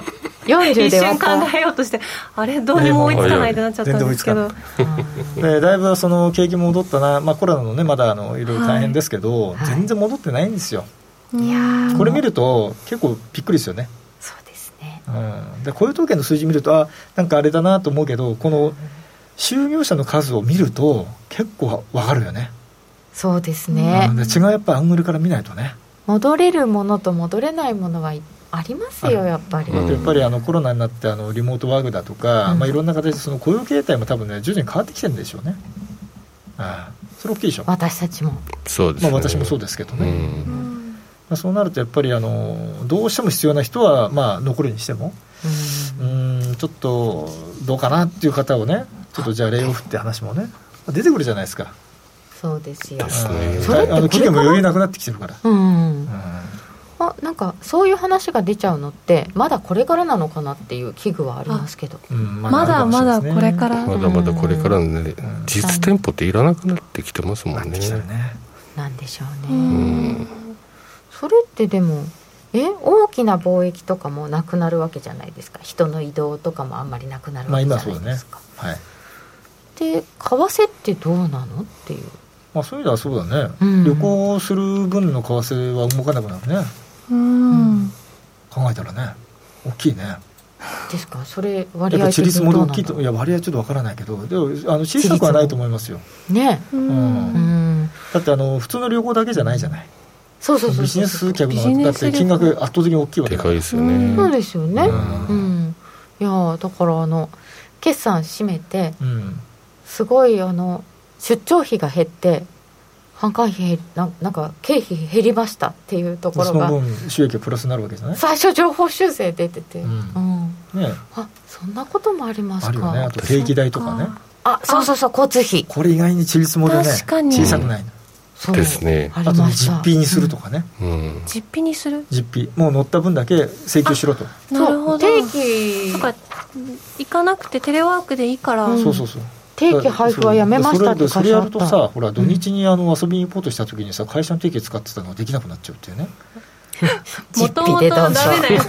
Speaker 1: 40
Speaker 3: 一瞬考えようとして、あれどうにも追いつかないってなっちゃったんですけど、
Speaker 4: でだいぶその景気戻ったな、コロナのねまだいろいろ大変ですけど、全然戻ってないんですよ。
Speaker 1: いや
Speaker 4: これ見ると結構びっくりですよね。
Speaker 1: そうですね、
Speaker 4: で雇用統計の数字見るとなんかあれだなと思うけど、この就業者の数を見ると結構わかるよね。
Speaker 1: そうですね、
Speaker 4: 違うやっぱアングルから見ないとね。
Speaker 1: 戻れるものと戻れないものはありますよ、やっぱり。
Speaker 4: やっぱりコロナになってリモートワークだとか、いろんな形でその雇用形態も多分ね徐々に変わってきてるんでしょうね。それ大きいでしょ。
Speaker 1: 私たちも
Speaker 2: そうですね、
Speaker 4: 私もそうですけどね。そうなるとやっぱりどうしても必要な人は残るにしても、ちょっとどうかなっていう方をね、ちょっとじゃあレイオフって話もね出てくるじゃないですか。
Speaker 1: そうですよ。
Speaker 2: そ
Speaker 1: れって
Speaker 4: 企業も余裕なくなってきてるから。
Speaker 1: なんかそういう話が出ちゃうのってまだこれからなのかなっていう危惧はありますけど、
Speaker 3: まだまだこれから、
Speaker 2: まだまだこれからね、実店舗っていらなくなってきてますもんね。
Speaker 1: なんでしょうね。それってでも大きな貿易とかもなくなるわけじゃないですか。人の移動とかもあんまりなくなるわけじゃないですか。で為替ってどうなのっていう、
Speaker 4: そういうのはそうだね、旅行する分の為替は動かなくなるね。考えたらね大きいね。
Speaker 1: ですか。それ割合
Speaker 4: 的にどうなの？やっぱ比率も大きいと。いや割合ちょっとわからないけど、でも小さくはないと思いますよね。だって普通の旅行だけじゃないじゃない。
Speaker 1: そう
Speaker 4: ビジネス客のだって金額圧倒的に大きいわけだから。
Speaker 2: でかいですよね。
Speaker 1: そうですよね。いやだから決算締めて、すごい出張費が減って販管費なんか経費減りましたっていうところが、
Speaker 4: その分収益がプラスになるわけじゃない。
Speaker 1: 最初情報修正出てて、
Speaker 4: ね、
Speaker 1: そんなこともありますか。
Speaker 4: あるよね。あと定期代とかね。
Speaker 1: そう交通費、
Speaker 4: これ意外にちりつもでね小さくないの
Speaker 2: そうですね。
Speaker 4: あと実費にするとかね、
Speaker 3: 実費にする、
Speaker 4: 実費もう乗った分だけ請求しろと。
Speaker 3: なるほど。
Speaker 1: 定期
Speaker 3: とか行かなくてテレワークでいいから、
Speaker 4: そう
Speaker 1: 定期配布はやめましたって
Speaker 4: それやるとさ、ほら土日に遊びに行こうとした時にさ、会社の定期使ってたのができなくなっちゃうっていうね。
Speaker 3: もともとダメなや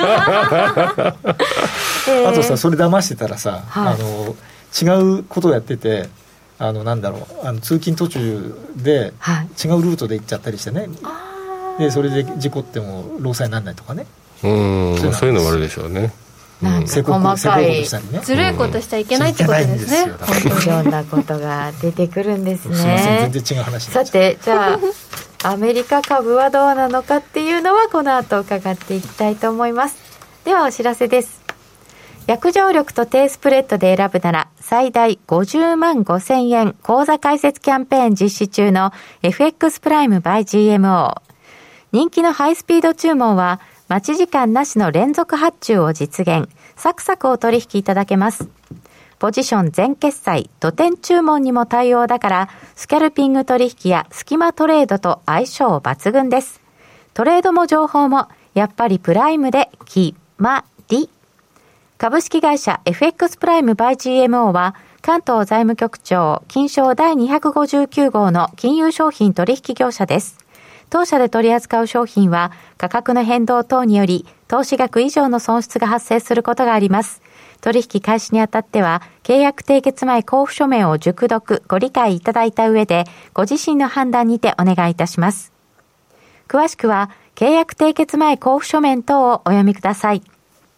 Speaker 3: つ
Speaker 4: あとさ、それ騙してたらさ、違うことをやってて、なんだろう、通勤途中で違うルートで行っちゃったりしてね、でそれで事故っても労災にならないとかね。
Speaker 2: そういうのもあるでしょうね。
Speaker 1: 細かい
Speaker 3: ずるいことしちゃいけないってことですね。
Speaker 1: いろんなことが出てくるんですね。
Speaker 4: すいません、全然違う話になっちゃう。
Speaker 1: さてじゃあアメリカ株はどうなのかっていうのはこの後伺っていきたいと思います。ではお知らせです。約定力と低スプレッドで選ぶなら最大50万5000円口座開設キャンペーン実施中の FX プライム by GMO。 人気のハイスピード注文は待ち時間なしの連続発注を実現、サクサクお取引いただけます。ポジション全決済、土点注文にも対応だから、スキャルピング取引やスキマトレードと相性抜群です。トレードも情報もやっぱりプライムで決まり。株式会社 FX プライム by GMO は関東財務局長金商第259号の金融商品取引業者です。当社で取り扱う商品は価格の変動等により投資額以上の損失が発生することがあります。取引開始にあたっては契約締結前交付書面を熟読ご理解いただいた上でご自身の判断にてお願いいたします。詳しくは契約締結前交付書面等をお読みください。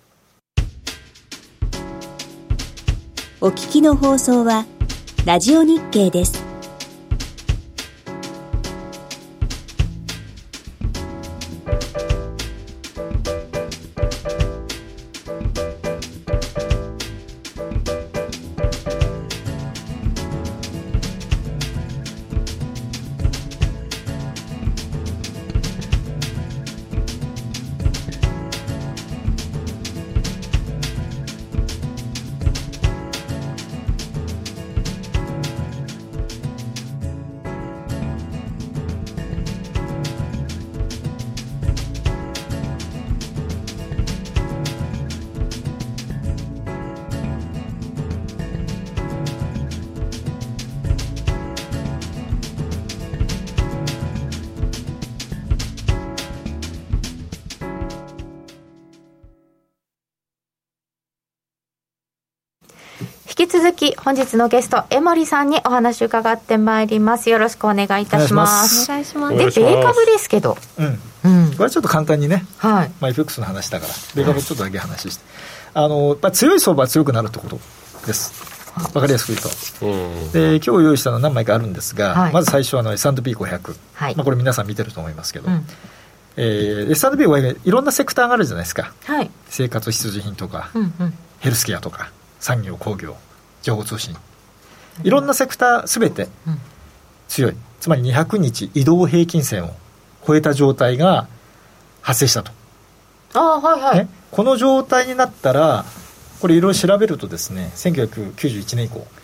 Speaker 5: お聞きの放送はラジオ日経です。
Speaker 1: 引き続き本日のゲスト江守さんにお話伺ってまいります。よろしくお願いいたします。
Speaker 3: お願いします。
Speaker 1: で米株ですけど、
Speaker 4: これちょっと簡単にね、
Speaker 1: はい、
Speaker 4: FX の話だから米株ちょっとだけ話して、強い相場は強くなるってことです。分かりやすく言うと、で今日用意したのは何枚かあるんですが、はい、まず最初はS&P500、はい、これ皆さん見てると思いますけど、S&P500 いろんなセクターがあるじゃないですか、はい、生活必需品とか、ヘルスケアとか産業工業情報通信、いろんなセクターすべて強い、つまり200日移動平均線を超えた状態が発生したと。
Speaker 1: はいはい、ね、
Speaker 4: この状態になったらこれいろいろ調べるとですね、1991年以降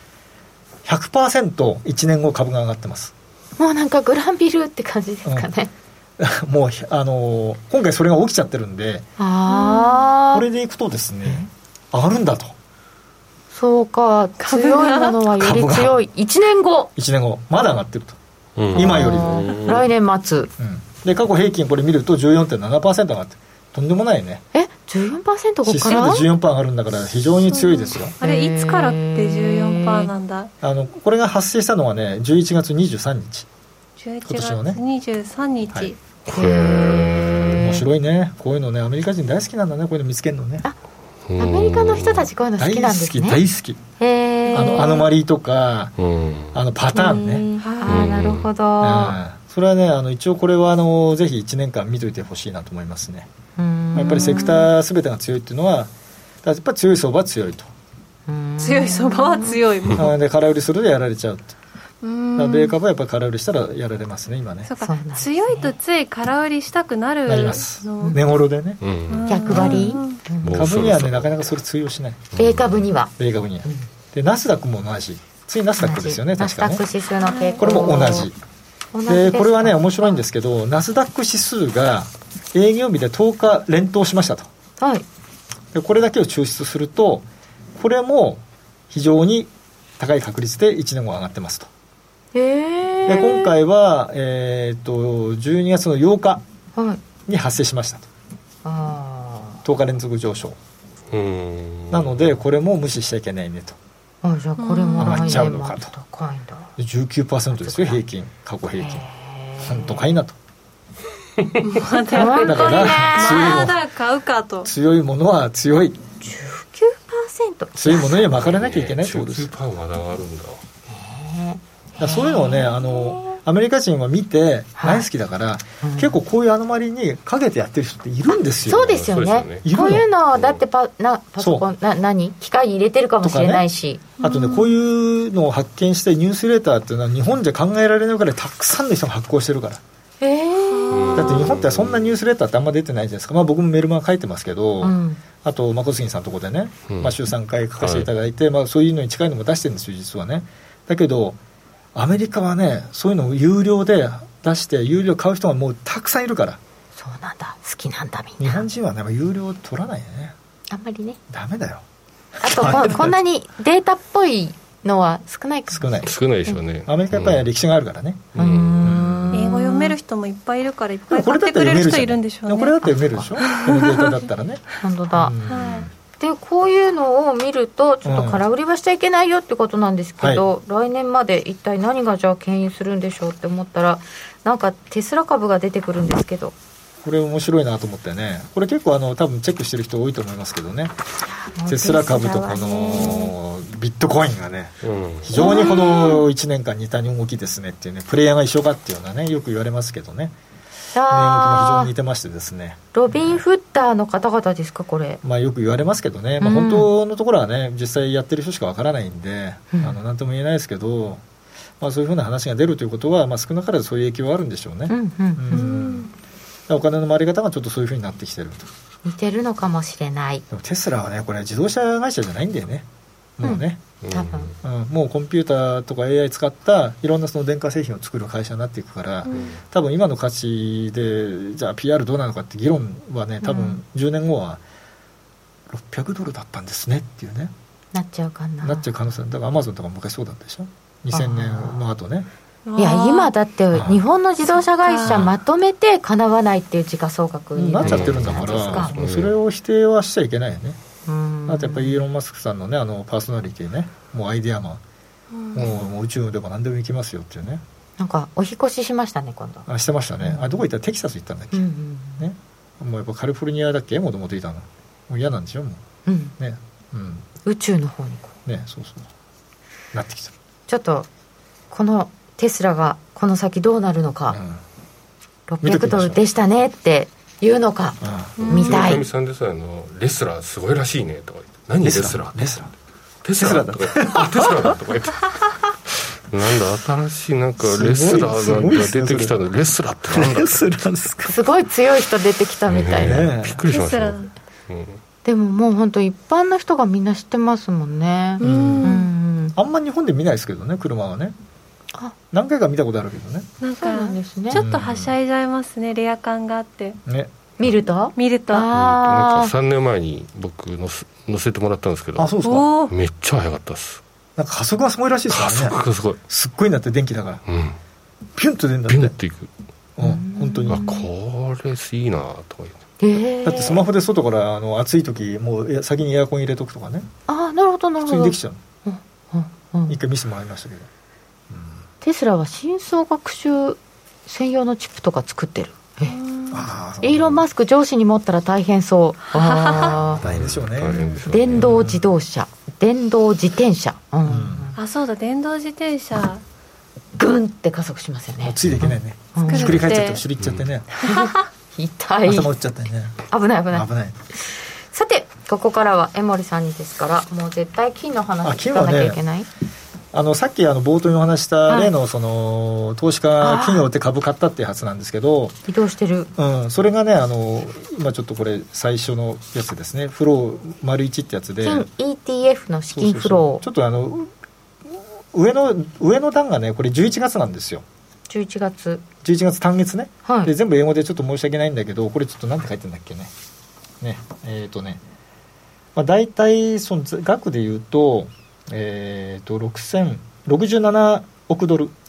Speaker 4: 100% 年後株が上がってます。
Speaker 1: もうなんかグランビルって感じですかね、
Speaker 4: もう今回それが起きちゃってるんで、これでいくとですね上がるんだと。
Speaker 1: そうか、強いものはより強い。1年後
Speaker 4: まだ上がってると、今よりも
Speaker 1: 来年末、
Speaker 4: で過去平均これ見ると 14.7% 上がってる。とんでもないね。
Speaker 1: 14%ここから
Speaker 4: 指数で 14% 上がるんだから非常に強いですよ。
Speaker 3: あれいつからって 14% なんだ。
Speaker 4: これが発生したのはね11月23日
Speaker 3: 11月23日、はい、
Speaker 4: 面白いね。こういうのねアメリカ人大好きなんだね、こういうの見つけるのね。
Speaker 1: アメリカの人たちこういうの好きなんですね。
Speaker 4: 大好きアノマリーとかパターンね。
Speaker 1: なるほど、
Speaker 4: それはね一応これはぜひ1年間見といてほしいなと思いますね。やっぱりセクター全てが強いっていうのはやっぱり強い相場は強いと。
Speaker 3: 強い相場は強い
Speaker 4: で空売りするとやられちゃうと。米株はやっぱり空売りしたらやられますね今ね。
Speaker 3: そうか、強いとつい空売りしたくなり
Speaker 4: ます値頃でね、
Speaker 1: 逆張り、
Speaker 4: 株にはねなかなかそれ通用しない。
Speaker 1: 米株には
Speaker 4: でナスダックも同じ。次ナスダックですよね、確かね。
Speaker 1: ナスダック指数の傾向、
Speaker 4: これも同じで、これはね面白いんですけど、ナスダック指数が営業日で10日連投しましたと、
Speaker 1: はい、
Speaker 4: でこれだけを抽出するとこれも非常に高い確率で1年後上がってますと。で今回は、12月の8日に発生しましたと、10日連続上昇なのでこれも無視しちゃいけないねと。
Speaker 1: じゃあこれも
Speaker 4: 上がっちゃうのかと。
Speaker 1: 高いんだ。
Speaker 4: 19% ですよ平均、過去平均。本当かいなと。
Speaker 3: だからまだ買うかと。
Speaker 4: 強いものは強い。
Speaker 1: 19%。
Speaker 4: 強いものには巻かれなきゃいけないってことです。
Speaker 2: 19% まだ上がるんだ。
Speaker 4: そういうのをねアメリカ人は見て大好きだから、結構こういうアノマリにかけてやってる人っているんですよ。
Speaker 1: そうですよね。こういうのだってパソコン機械に入れてるかもしれないし、
Speaker 4: あとねこういうのを発見してニュースレーターっていうのは日本じゃ考えられないくらいたくさんの人が発行してるから。だって日本ってそんなニュースレーターってあんま出てないじゃないですか。僕もメルマガ書いてますけど、あと小杉さんのとこでね、週3回書かせていただいて、そういうのに近いのも出してるんですよ実はね。だけどアメリカはねそういうのを有料で出して有料買う人がもうたくさんいるから。
Speaker 1: そうなんだ、好きなんだみんな。
Speaker 4: 日本人はね有料取らないよね、
Speaker 1: あんまりね。
Speaker 4: ダメだよ。
Speaker 1: あとこんなにデータっぽいのは少ないかも。
Speaker 2: 少ないでしょうね。
Speaker 4: アメリカやっぱり歴史があるからね。
Speaker 3: 英語読める人もいっぱいいるからいっぱい買ってくれる人いるんでしょうね。
Speaker 4: これだって読めるでしょこのデータだったらね。
Speaker 1: 本当だ。でこういうのを見るとちょっと空売りはしちゃいけないよってことなんですけど、来年まで一体何がじゃあ牽引するんでしょうって思ったら、なんかテスラ株が出てくるんですけど、
Speaker 4: これ面白いなと思ってね。これ結構多分チェックしてる人多いと思いますけどね。テスラ株とこのビットコインがね、非常にこの1年間似た動きですねっていうね、プレイヤーが一緒かっていうのはねよく言われますけどね。名目も非常に似てましてですね。
Speaker 1: ロビンフッターの方々ですかこれ。
Speaker 4: よく言われますけどね、本当のところはね実際やってる人しかわからないんで、なんとも言えないですけど、そういうふうな話が出るということは、少なからずそういう影響はあるんでしょうね。お金の回り方がちょっとそういうふうになってきてると。
Speaker 1: 似てるのかもしれない。
Speaker 4: でもテスラはねこれ自動車会社じゃないんだよねもうね、
Speaker 1: 多分
Speaker 4: もうコンピューターとか AI 使ったいろんなその電化製品を作る会社になっていくから、多分今の価値でじゃあ PR どうなのかって議論はね多分10年後は$600だったんですねっていうね
Speaker 1: なっちゃうかな。
Speaker 4: なっちゃう可能性。だからアマゾンとか昔そうだったでしょ2000年の後ね。
Speaker 1: いや今だって日本の自動車会社まとめてかなわないっていう時価総額に
Speaker 4: なっちゃってるんだから、それを否定はしちゃいけないよね。 あとやっぱりイーロン・マスクさんのねパーソナリティね、もうアイデアマン、もう宇宙でも何でも行きますよっていうね。
Speaker 1: なんかお引越ししましたね今度。
Speaker 4: してましたね。どこ行ったらテキサス行ったんだっけ、ね、もうやっぱカリフォルニアだっけ、もともといたの。もう嫌なんでしょもう、ね、
Speaker 1: 宇宙の方に
Speaker 4: ね、そうなってきた。
Speaker 1: ちょっとこのテスラがこの先どうなるのか、600ドルでしたねっていうのか、見たい。
Speaker 2: かみさんでさレスラーすごいらしいねとか言って、何レスラーテスラだとかテスラだとか言ってなんだ新しいなんかレスラーが出てきたの、レスラーってなんだ、レスラーですか。
Speaker 1: すごい強い人出てきたみたいな、
Speaker 2: びっくりしました、
Speaker 1: でももう本当一般の人がみんな知ってますもんね。
Speaker 4: あんま日本で見ないですけどね、車はね。何回か見たことあるけどね。
Speaker 3: なんかちょっとはしゃいじゃいますね、レア感があって
Speaker 4: ね。
Speaker 1: 見ると
Speaker 2: なんか3年前に僕乗せてもらったんですけど、
Speaker 4: そうですか。
Speaker 2: めっちゃ速かったです。
Speaker 4: なんか加速がすごいらしいですからね。
Speaker 2: 加速がすごい、
Speaker 4: すっごいなって電気だから、ピュンと出るんだって。
Speaker 2: ピュンっていく、
Speaker 4: 本当に
Speaker 2: これいいなとか言って、
Speaker 4: だってスマホで外から暑い時もう先にエアコン入れとくとかね。
Speaker 1: なるほどなるほど、
Speaker 4: 普通にできちゃう。一回見せてもらいましたけど、
Speaker 1: テスラは深層学習専用のチップとか作ってる。イーロン・マスク上司に持ったら大変そう。
Speaker 4: 大変でしょうね。
Speaker 1: 電動自動車、電動自転車、
Speaker 3: そうだ、電動自転車
Speaker 1: グンって加速しますよね。
Speaker 4: ついていけないね、ひっくり返っちゃって後ろ行っちゃってね、
Speaker 1: 痛い、
Speaker 4: 頭打っちゃったね。
Speaker 1: 危ない。さてここからは江守さんにですから、もう絶対金の話聞かなきゃいけない。
Speaker 4: さっき冒頭にお話した例のその投資家企業って株買ったっていうやつなんですけど、
Speaker 1: 移動してる、
Speaker 4: それがね今ちょっとこれ最初のやつですね、フロー丸1ってやつで
Speaker 1: 金 ETF の資金フロー、
Speaker 4: ちょっと上の段がねこれ11月なんですよ。
Speaker 1: 11月
Speaker 4: 単月ね、で全部英語でちょっと申し訳ないんだけど、これちょっと何て書いてるんだっけね、大体その額で言うと67億ドル、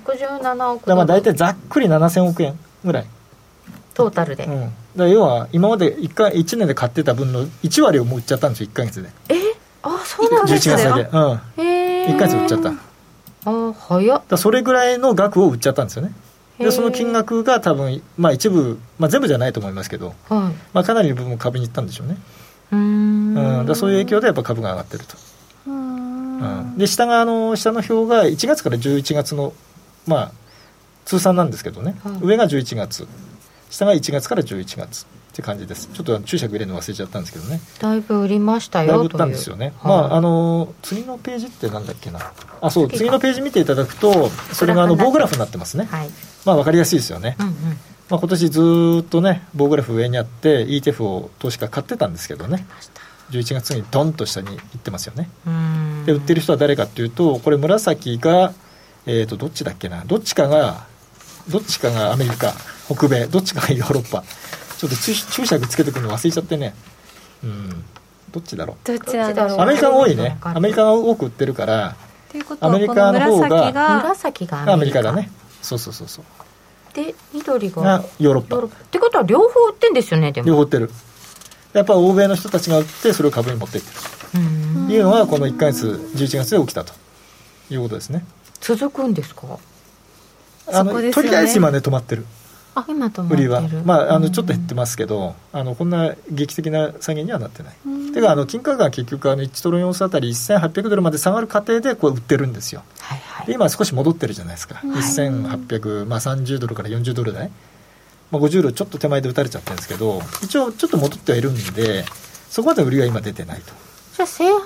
Speaker 1: 67億ドル、
Speaker 4: 大体ざっくり7000億円ぐらい
Speaker 1: トータルで、
Speaker 4: だから要は今まで1年で買ってた分の1割をもう売っちゃったんですよ、1ヶ月で。
Speaker 1: そうなんですね。
Speaker 4: 11月だけ、1ヶ月売っちゃった。
Speaker 1: 早っ。
Speaker 4: だそれぐらいの額を売っちゃったんですよね。でその金額が多分、一部、全部じゃないと思いますけど、かなりの部分株に行ったんでしょうね。だそういう影響でやっぱ株が上がってると。で下の表が1月から11月の、通算なんですけどね、上が11月、下が1月から11月って感じです。ちょっと注釈入れるの忘れちゃったんですけどね。
Speaker 1: だいぶ売りましたよ。
Speaker 4: だいぶ売ったんですよね。次のページってなんだっけな、次のページ見ていただくと、それが棒グラフになってますね。分かりやすいですよね。今年ずっとね棒グラフ上にあって ETF を投資家買ってたんですけどね、11月にドンと下に行ってますよね。で売ってる人は誰かっていうと、これ紫が、どっちだっけな、どっちかがアメリカ、北米、どっちかがヨーロッパ、ちょっと注釈つけてくるの忘れちゃってね、どっちだろう。アメリカが多いね。アメリカが多く売ってるから、アメリカの方が
Speaker 1: 紫が
Speaker 4: アメリカだね。そう
Speaker 1: で緑が
Speaker 4: ヨーロッパ
Speaker 1: ってことは両方売ってんですよね。でも
Speaker 4: 両方売ってる。やっぱ欧米の人たちが売ってそれを株に持っていってるというのはこの1ヶ月11月で起きたということですね。
Speaker 1: 続くんですか。
Speaker 4: とりあえず今ね止まってる。
Speaker 1: 今止まってる。売りは
Speaker 4: ちょっと減ってますけど、こんな劇的な下げにはなってない。てか金価格が結局1ドル4スあたり1800ドルまで下がる過程でこう売ってるんですよ。で今少し戻ってるじゃないですか。1800、30ドルから40ドル台、50ドルちょっと手前で打たれちゃってるんですけど、一応ちょっと戻ってはいるんで、そこまで売りは今出てないと。
Speaker 1: じゃあ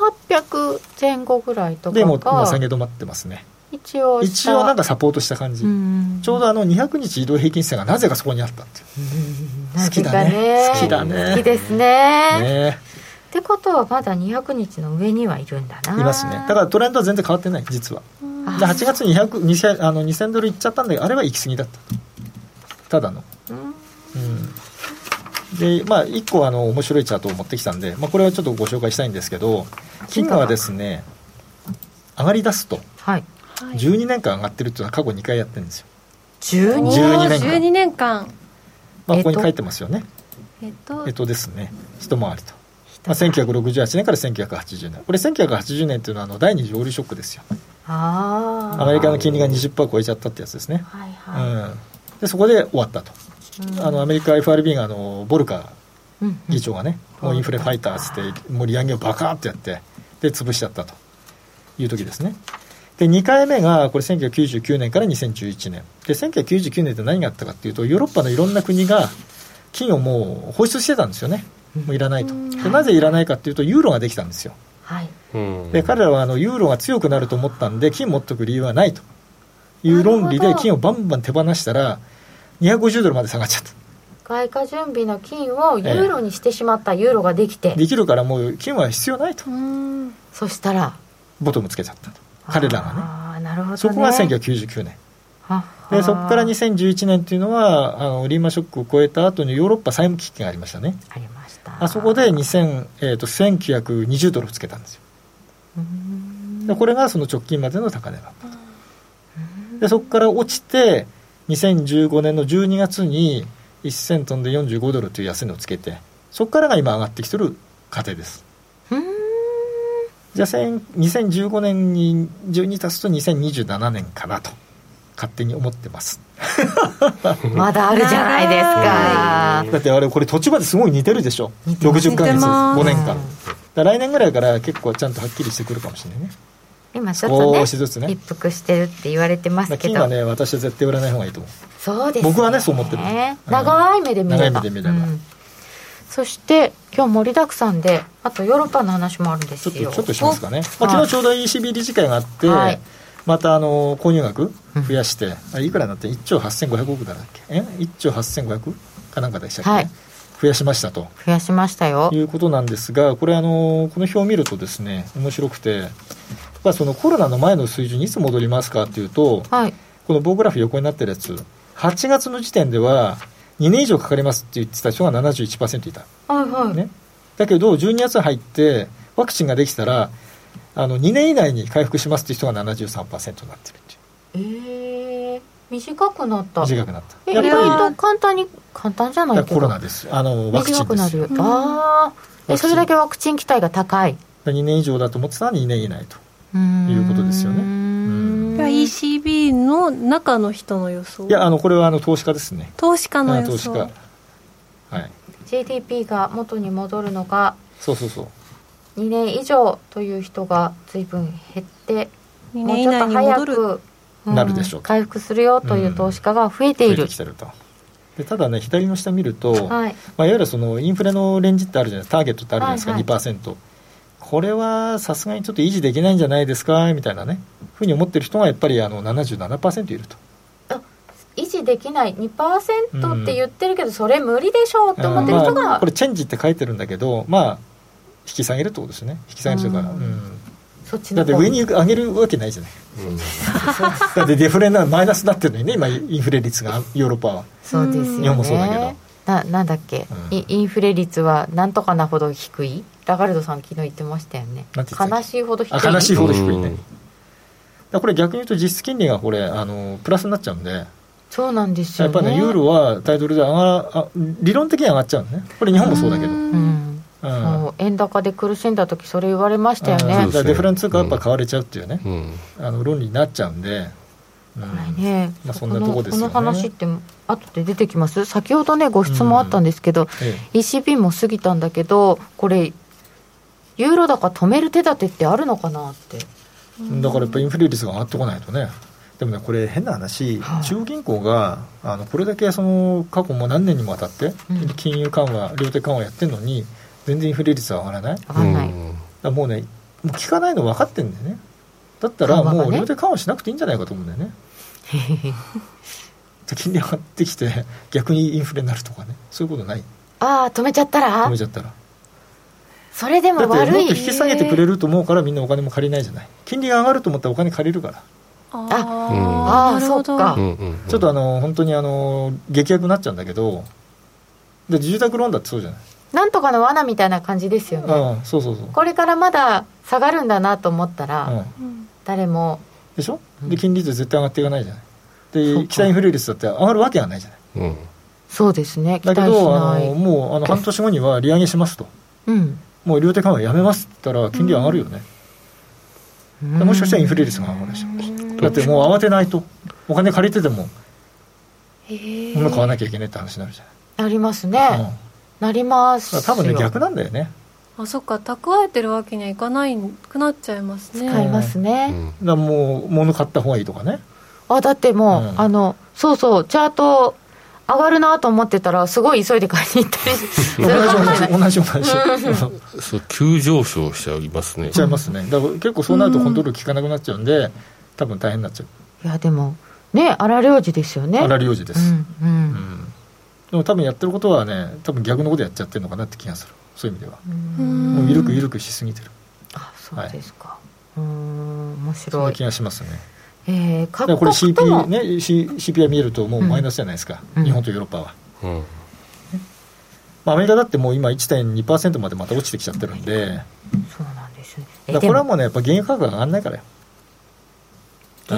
Speaker 1: 1800前後ぐらいとかが
Speaker 4: でもう下げ止まってますね。一応なんかサポートした感じ。ちょうど200日移動平均線がなぜかそこにあったっていう。好きだね。好きだね。
Speaker 1: 好きですね。ってことはまだ200日の上にはいるんだな。
Speaker 4: いますね。だからトレンドは全然変わってない実は。8月に2000ドルいっちゃったんだけど、あれは行き過ぎだった。ただの。で1個面白いチャートを持ってきたんで、これはちょっとご紹介したいんですけど、金がですね上がり出すと、12年間上がってるっていうのは過去2回やってるんですよ。
Speaker 3: 12年間
Speaker 4: ここに書いてますよね。ですね。一回りと。 1968年から1980年、これ1980年っていうのは第二次オイルショックですよ。アメリカの金利が 20% 超えちゃったってやつですね、でそこで終わったと、アメリカ FRB がボルカー議長がね、もうインフレファイターってってもう利上げをバカーってやってで潰しちゃったという時ですね。で2回目がこれ1999年から2011年で、1999年って何があったかっていうと、ヨーロッパのいろんな国が金をもう放出してたんですよね。もういらないと。でなぜいらないかっていうと、ユーロができたんですよ。で彼らはユーロが強くなると思ったんで、金持っておく理由はないという論理で金をバンバン手放したら250ドルまで下がっちゃった。
Speaker 1: 外貨準備の金をユーロにしてしまったユーロができて、
Speaker 4: できるからもう金は必要ないと。
Speaker 1: そしたら
Speaker 4: ボトムつけちゃったと、彼らがね。
Speaker 1: なるほどね。
Speaker 4: そこが1999年で、そこから2011年というのはリーマンショックを超えた後にヨーロッパ債務危機がありましたね。
Speaker 1: ありました。
Speaker 4: あそこで1920ドルつけたんですよ。でこれがその直近までの高値だったと。でそこから落ちて2015年の12月に1000トンで45ドルという安値をつけて、そこからが今上がってきてる過程です。じゃあ2015年に12足すと2027年かなと勝手に思ってます
Speaker 1: まだあるじゃないですか。
Speaker 4: だってあれこれ途中まですごい似てるでしょ。60ヶ月5年間だ、来年ぐらいから結構ちゃんとはっきりしてくるかもしれないね。
Speaker 1: 今ちょっとね
Speaker 4: 少しずつね
Speaker 1: 一服してるって言われてますけど、
Speaker 4: 金はね私は絶対売らない方がいいと思う。
Speaker 1: そうですね、
Speaker 4: 僕はねそう思ってる、
Speaker 1: 長い目で見れば、
Speaker 4: 長い目で見れば、
Speaker 1: そして今日盛りだくさんで、あとヨーロッパの話もあるんですよ。
Speaker 4: ちょっとしますかね。昨日ちょうど ECB 理事会があって、また購入額増やして、いくらになって1兆8500億だっけ、1兆8500かなんかでしたっけ、増やしましたと。
Speaker 1: 増やしましたよ
Speaker 4: いうことなんですが、これこの表を見るとですね面白くて、そのコロナの前の水準にいつ戻りますかっていうと、この棒グラフ横になってるやつ、8月の時点では2年以上かかりますって言ってた人が 71% いた、ね、だけど12月入ってワクチンができたら2年以内に回復しますっていう人が 73% になってるっていう。
Speaker 1: 短くなった。
Speaker 4: 短くなった。
Speaker 1: やっぱり簡単じゃないけど
Speaker 4: コロナです。ワクチンです。
Speaker 1: それだけワクチン期待が高い。
Speaker 4: 2年以上だと思ってたら2年以内ということですよね。
Speaker 3: ECB の中の人の予想。
Speaker 4: いやこれは投資家ですね。
Speaker 3: 投資家の予想。
Speaker 4: 投資家、
Speaker 1: GDP が元に戻るのが
Speaker 4: そう
Speaker 1: 2年以上という人が随分減って、
Speaker 3: 2年以内に戻る、
Speaker 1: もうちょっと早く、
Speaker 4: なるでしょう
Speaker 1: 回復するよという投資家が増えている、
Speaker 4: 増えてきてると。でただね左の下見ると、いわゆるそのインフレのレンジってあるじゃないですか、ターゲットってあるじゃないですか、2%。これはさすがにちょっと維持できないんじゃないですかみたいなねふうに思ってる人がやっぱり77% いると。
Speaker 1: 維持できない 2% って言ってるけど、それ無理でしょうって思ってる人が、
Speaker 4: これチェンジって書いてるんだけど、引き下げるってことですね。引き下げるというか、
Speaker 1: そっちの
Speaker 4: だって上に上げるわけないじゃない、だってデフレマイナスになってるのにね今インフレ率がヨーロッパは。
Speaker 1: そうですよね。
Speaker 4: 日本もそうだけど
Speaker 1: なんだっけ、インフレ率はなんとかなほど低い、ラガルドさん昨日言ってましたよね。悲しいほど低い。
Speaker 4: 悲しいほど低いね。これ逆に言うと実質金利がこれプラスになっちゃうんで。
Speaker 1: そうなんですよね。
Speaker 4: やっぱりねユーロはタイドルで理論的に上がっちゃうのね。これ日本もそうだけど、
Speaker 1: そう円高で苦しんだ時それ言われましたよね。
Speaker 4: デフレン通貨はやっぱ買われちゃうっていうね、論理になっちゃうんで、そんなとこですよね。
Speaker 1: この話って後で出てきます。先ほどねご質問あったんですけど、ECB も過ぎたんだけど、これユーロ高止める手立てってあるのかなって。
Speaker 4: だからやっぱインフレ率が上がってこないとね。でもねこれ変な話、中央銀行がこれだけ過去も何年にもわたって金融緩和、量的緩和やってるのに全然インフレ率は上がらない。
Speaker 1: 上がらない。
Speaker 4: だもうねもう効かないの分かってるんだよね。だったらもう量的緩和しなくていいんじゃないかと思うんだよね金利上がってきて逆にインフレになるとかね、そういうことない。
Speaker 1: 止めちゃったらそれでも悪い。
Speaker 4: だってもっと引き下げてくれると思うからみんなお金も借りないじゃない。金利が上がると思ったらお金借りるから。
Speaker 1: そうか、
Speaker 4: ちょっと本当に激悪になっちゃうんだけど、で住宅ローンだってそうじゃない。
Speaker 1: なんとかの罠みたいな感じですよね。
Speaker 4: そう
Speaker 1: これからまだ下がるんだなと思ったら、誰も
Speaker 4: でしょ。で金利率絶対上がっていかないじゃない。で期待インフレ率だって上がるわけがないじゃない、
Speaker 1: そうですね。
Speaker 4: だけどもう半年後には利上げしますと、 もう量的緩和やめますって言ったら金利上がるよね、もしかしたらインフレ率が上がるでしょ。だってもう慌てないと、お金借りてても物買わなきゃいけないって話になるじゃない。
Speaker 1: なりますね、なりますよ。
Speaker 4: 多分ね逆なんだよね。
Speaker 3: あ、そっか、蓄えてるわけにはいかないくなっちゃいますね。
Speaker 1: 使いますね、
Speaker 4: だからもう物買った方がいいとかね。
Speaker 1: だってもう、そうそうチャート上がるなと思ってたらすごい急いで買いに行ったりするかもしれない。
Speaker 4: 同じ
Speaker 2: そう急上昇しちゃいますね。
Speaker 4: しちゃいますね。だから結構そうなるとコントロール効かなくなっちゃうんで、多分大変になっちゃう。
Speaker 1: いやでもね荒領事ですよね。
Speaker 4: 荒領事です、でも多分やってることはね、多分逆のことやっちゃってるのかなって気がする。そういう意味ではもう緩くしすぎてる。
Speaker 1: あ、そうですか、面白い。
Speaker 4: そんな気がしますね。
Speaker 1: 各国と
Speaker 4: これ CPI 見えるともうマイナスじゃないですか、日本とヨーロッパは、アメリカだってもう今 1.2% までまた落ちてきちゃってるんで。
Speaker 1: そうなんですね。
Speaker 4: だからこれはもうねやっぱ原油価格が上がらないからよ。
Speaker 1: 原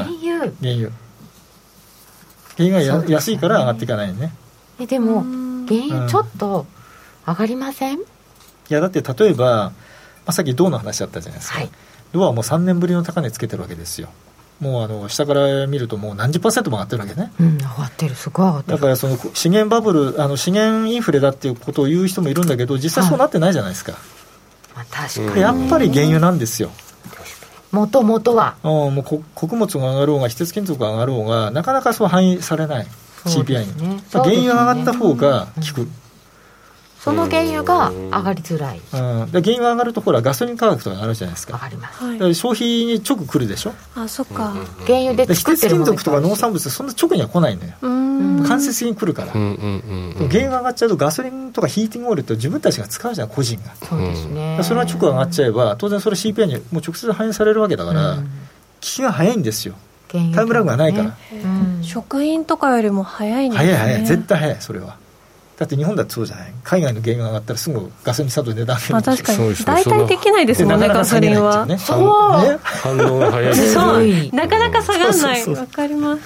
Speaker 4: 油が安いから上がっていかないよね。
Speaker 1: でも原油ちょっと上がりません？
Speaker 4: いやだって例えば、さっき銅の話あったじゃないですか、銅はもう3年ぶりの高値つけてるわけですよ。もう下から見るともう何十%も上がってるわけね、
Speaker 1: 上がってる、すごい上がってる。
Speaker 4: だからその資源バブル、資源インフレだっていうことを言う人もいるんだけど、実際そうなってないじゃないですか、
Speaker 1: 確かに
Speaker 4: やっぱり原油なんですよ。
Speaker 1: もともとは
Speaker 4: もう穀物が上がろうが非鉄金属が上がろうがなかなかそう反映されない、CPI に、原油が上がった方が効く、
Speaker 1: その原油が上がりづらい、
Speaker 4: で原油が上がるとほらガソリン価格とか上がるじゃないですか。
Speaker 1: 上がります、
Speaker 4: だから消費に直来るでしょ。
Speaker 3: あ、そっか、
Speaker 1: 原油で作ってるもの
Speaker 4: 非鉄金属とか農産物そんな直には来ないのよ。間接的に来るから、原油が上がっちゃうとガソリンとかヒーティングオイルって自分たちが使うじゃん、個人が。
Speaker 1: そうですね。
Speaker 4: それが直上がっちゃえば当然それ CPI にもう直接反映されるわけだから、効きが早いんですよ。タイムラグがないから、
Speaker 3: 食品とかよりも早いんですね。
Speaker 4: 早い絶対早い。それはだって日本だってそうじゃない。海外の原油が上がったらすぐガソリンスタンドで値段上げる。
Speaker 3: 確かに大体できないですもんね、ガソリンは。
Speaker 1: そう
Speaker 2: 反応が早いです
Speaker 3: そう
Speaker 2: ね。
Speaker 3: なかなか下がらない。わかります。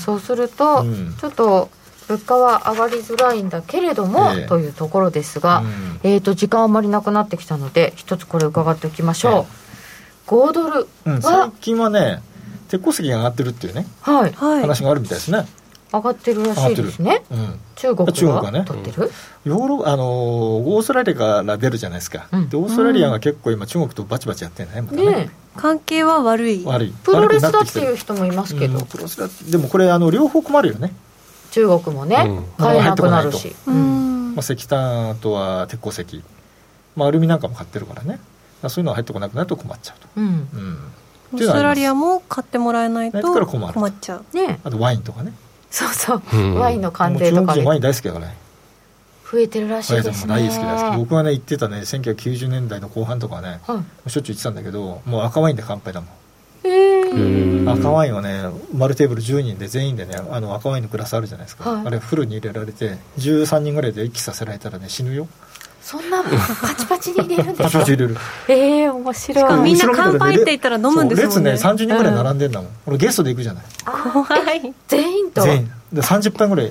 Speaker 1: そうすると、ちょっと物価は上がりづらいんだけれども、というところですが、時間あまりなくなってきたので一つこれ伺っておきましょう。5ドルは、
Speaker 4: 最近はね鉄鉱石が上がってるっていうね、話があるみたいですね。
Speaker 1: 上がってるらしいですね、中国がね取ってる。
Speaker 4: オーストラリアから出るじゃないですか、でオーストラリアが結構今中国とバチバチやってるね、またね。
Speaker 3: 関係は悪い。
Speaker 1: プロレスだっていう人もいますけど、
Speaker 4: プロレスだでもこれ両方困るよね。
Speaker 1: 中国もね、買えなくなるし、
Speaker 4: 石炭とは鉄鉱石、アルミなんかも買ってるからね、そういうのが入ってこなくなると困っちゃうと、
Speaker 3: オーストラリアも買ってもらえないと困っちゃう、
Speaker 4: あとワインとかね。
Speaker 1: そうそう、ワインの関係とかで
Speaker 4: ワイン大好きだからね。
Speaker 1: 増えてるらしいですね。
Speaker 4: 大好き。僕がね言ってたね1990年代の後半とかね、しょっちゅう言ってたんだけど、もう赤ワインで乾杯だもん。赤ワインはね丸テーブル10人で全員でね赤ワインのグラスあるじゃないですか、あれフルに入れられて13人ぐらいで息させられたらね死ぬよ。
Speaker 1: そんなパチパチに入れるんですか？
Speaker 4: パチパチ入れる。
Speaker 1: 面白い。
Speaker 3: しかもみんな乾杯って言ったら飲むんですもんね。
Speaker 4: 列ね30人ぐらい並んでんだもん、俺ゲストで行くじゃない。
Speaker 3: 怖い。
Speaker 1: 全員で
Speaker 4: 30杯ぐらい。
Speaker 1: 危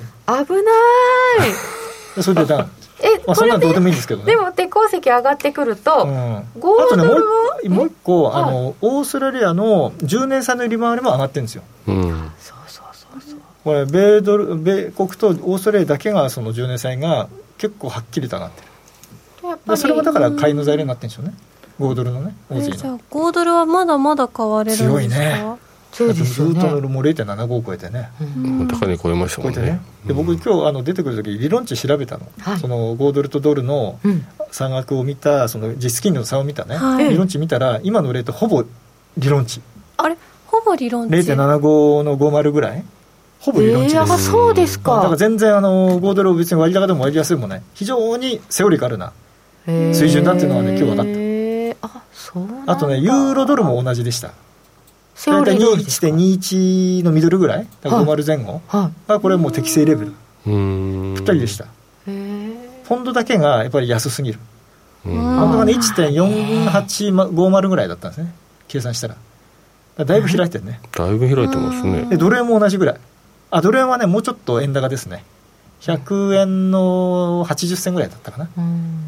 Speaker 1: ない
Speaker 4: それでだそんなのどうでもいいんですけどね。
Speaker 1: でも鉄鉱石上がってくると、5ドルを
Speaker 4: もう一個オーストラリアの10年債の利回りも上がってるんですよ。
Speaker 1: そう
Speaker 4: これ米国とオーストラリアだけがその10年債が結構はっきりと上がってる。それもだから買いの材料になってるんですよね、5ドルのね。
Speaker 3: じゃあ5ドルはまだまだ買われるんですか？
Speaker 4: 強いね。
Speaker 1: そうですよね。
Speaker 4: ずっともう 0.75 を超えてね、
Speaker 2: 高値超えましたもんね。
Speaker 4: で僕今日出てくるとき理論値調べたの、その5ドルとドルの差額を見た、その実金利の差を見たね、理論値見たら今のレートほぼ理論値。
Speaker 3: あれほぼ理論値
Speaker 4: 0.75 の50ぐらいほぼ理論値です。
Speaker 1: そうですか。
Speaker 4: だから全然5ドルを別に割高でも割安でもない、非常にセオリカルな水準だっていうのがね今日分かった。
Speaker 1: そうなんだ。
Speaker 4: あとねユーロドルも同じでした。
Speaker 1: 大体
Speaker 4: 1.21 のミドルぐらい、50前後がこれもう適正レベルぴったりでした。ポンドだけがやっぱり安すぎる。ポンドがね 1.4850 ぐらいだったんですね、計算したら。だいぶ開いてるね。
Speaker 2: だいぶ開いてますね。
Speaker 4: でドル円も同じぐらい。ドル円はねもうちょっと円高ですね。100円の80銭ぐらいだったかな。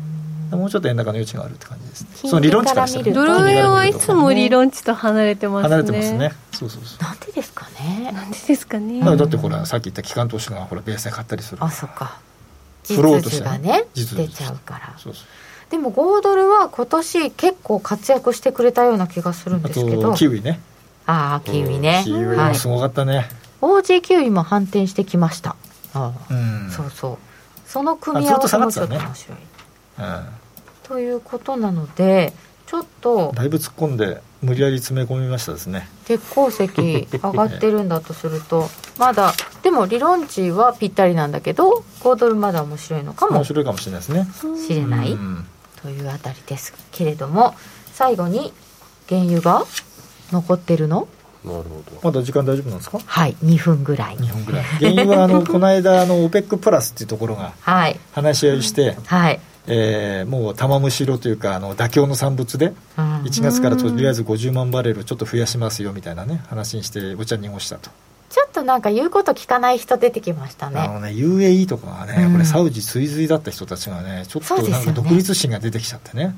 Speaker 4: もうちょっと円高の余地があるって感じですね。その理論値からして
Speaker 3: ドル円はいつも理論値と離れてますね。
Speaker 4: 離れてますね。そう
Speaker 1: なんでですかね。
Speaker 3: なんでですかね。
Speaker 4: だってほらさっき言った機関投資がほらベースで買ったりする。
Speaker 1: あ、そっか。
Speaker 4: フローと
Speaker 1: 実需がね出ちゃうから。
Speaker 4: そうそう。
Speaker 1: でも5ドルは今年結構活躍してくれたような気がするんですけど。
Speaker 4: あとキウイね。
Speaker 1: ああ、キウイね。
Speaker 4: キウイもすごかったね。
Speaker 1: OG キウイも反転してきました。ああ、そうそう。その組み合わせもちょっと面白い。ということなので、ちょっと
Speaker 4: だいぶ突っ込んで無理やり詰め込みましたですね。
Speaker 1: 鉄鉱石上がってるんだとすると、まだでも理論値はぴったりなんだけど、5ドルまだ面白いのかも
Speaker 4: 面白いかもしれないですね。
Speaker 1: しれないというあたりですけれども、最後に原油が残ってるの。
Speaker 2: なるほど。
Speaker 4: まだ時間大丈夫なんですか。
Speaker 1: はい、2分ぐらい。
Speaker 4: 2分ぐらい。原油はこの間OPEC プラスっていうところが話し合いして、
Speaker 1: はい、
Speaker 4: もう玉虫色というか妥協の産物で1月からとりあえず50万バレルちょっと増やしますよみたいなね話にしてお茶濁したと。
Speaker 1: ちょっとなんか言うこと聞かない人出てきましたね。
Speaker 4: UAE とかがね、これサウジ追随だった人たちがねちょっとなんか独立心が出てきちゃってね。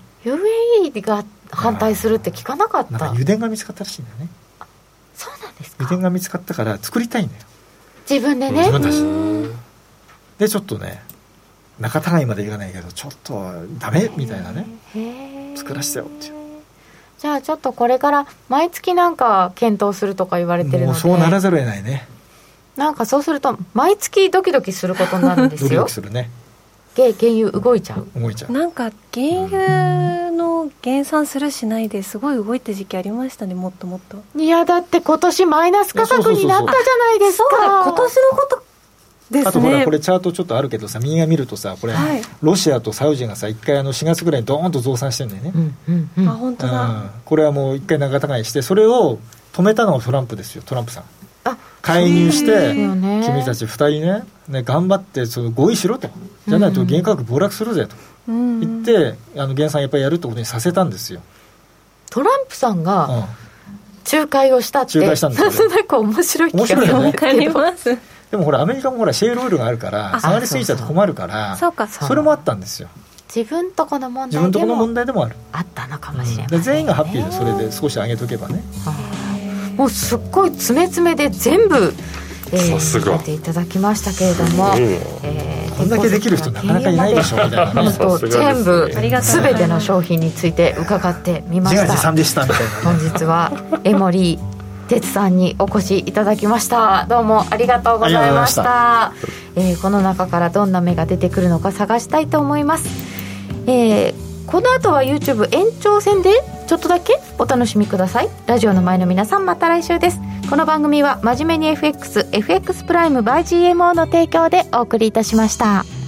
Speaker 1: UAE が反対するって聞かなかった。
Speaker 4: なんか油田が見つかったらしいんだよね。
Speaker 1: そうなんですか。
Speaker 4: 油田が見つかったから作りたいんだよ
Speaker 1: 自分でね。
Speaker 4: 自分たちでちょっとね仲違いまでいかないけどちょっとダメみたいなね作らせてよっていう。
Speaker 1: じゃあちょっとこれから毎月なんか検討するとか言われてるので、
Speaker 4: もうそうならざるを得ないね。
Speaker 1: なんかそうすると毎月ドキドキすることになるんですよ。
Speaker 4: ドキドキするね。
Speaker 1: 原油動いちゃう。
Speaker 3: なんか原油の減産するしないですごい動いた時期ありましたね。もっともっと。
Speaker 1: いやだって今年マイナス価格になったじゃないですか。
Speaker 3: そうだ、今年のことですね。
Speaker 4: あとほらこれチャートちょっとあるけどさ、右側見るとさこれ、ロシアとサウジがさ1回4月ぐらいにドーンと増産してるんだよね。
Speaker 3: あ、本当だ。
Speaker 4: これはもう1回仲違いしてそれを止めたのがトランプですよ。トランプさん介入して、君たち2人 ね頑張ってその合意しろと、じゃないと原油価格暴落するぜと言って、減産やっぱりやるってことにさせたんですよ。
Speaker 1: トランプさんが仲介をしたって、なんとなく面白い気がする。
Speaker 3: わかります。
Speaker 4: でもほらアメリカもほらシェールオイルがあるから下がりすぎちゃうと困るから、それもあったんですよ。
Speaker 1: 自分とこの問
Speaker 4: 題でもあ
Speaker 1: ったのかもしれない、
Speaker 4: 全員がハッピーでそれで少し上げとけばね。
Speaker 1: もうすっごい詰め詰めで全部
Speaker 2: さすが
Speaker 1: やっていただきましたけれども、
Speaker 4: こんだけできる人なかなかいないでしょみたいなね。
Speaker 1: 全部全ての商品について伺ってみました。
Speaker 4: 自画自賛でしたみたいな、
Speaker 1: 本日は江守哲さんにお越しいただきました。どうもありがとうございました。この中からどんな目が出てくるのか探したいと思います。この後は YouTube 延長戦でちょっとだけお楽しみください。ラジオの前の皆さん、また来週です。この番組は真面目にFX プライム by GMO の提供でお送りいたしました。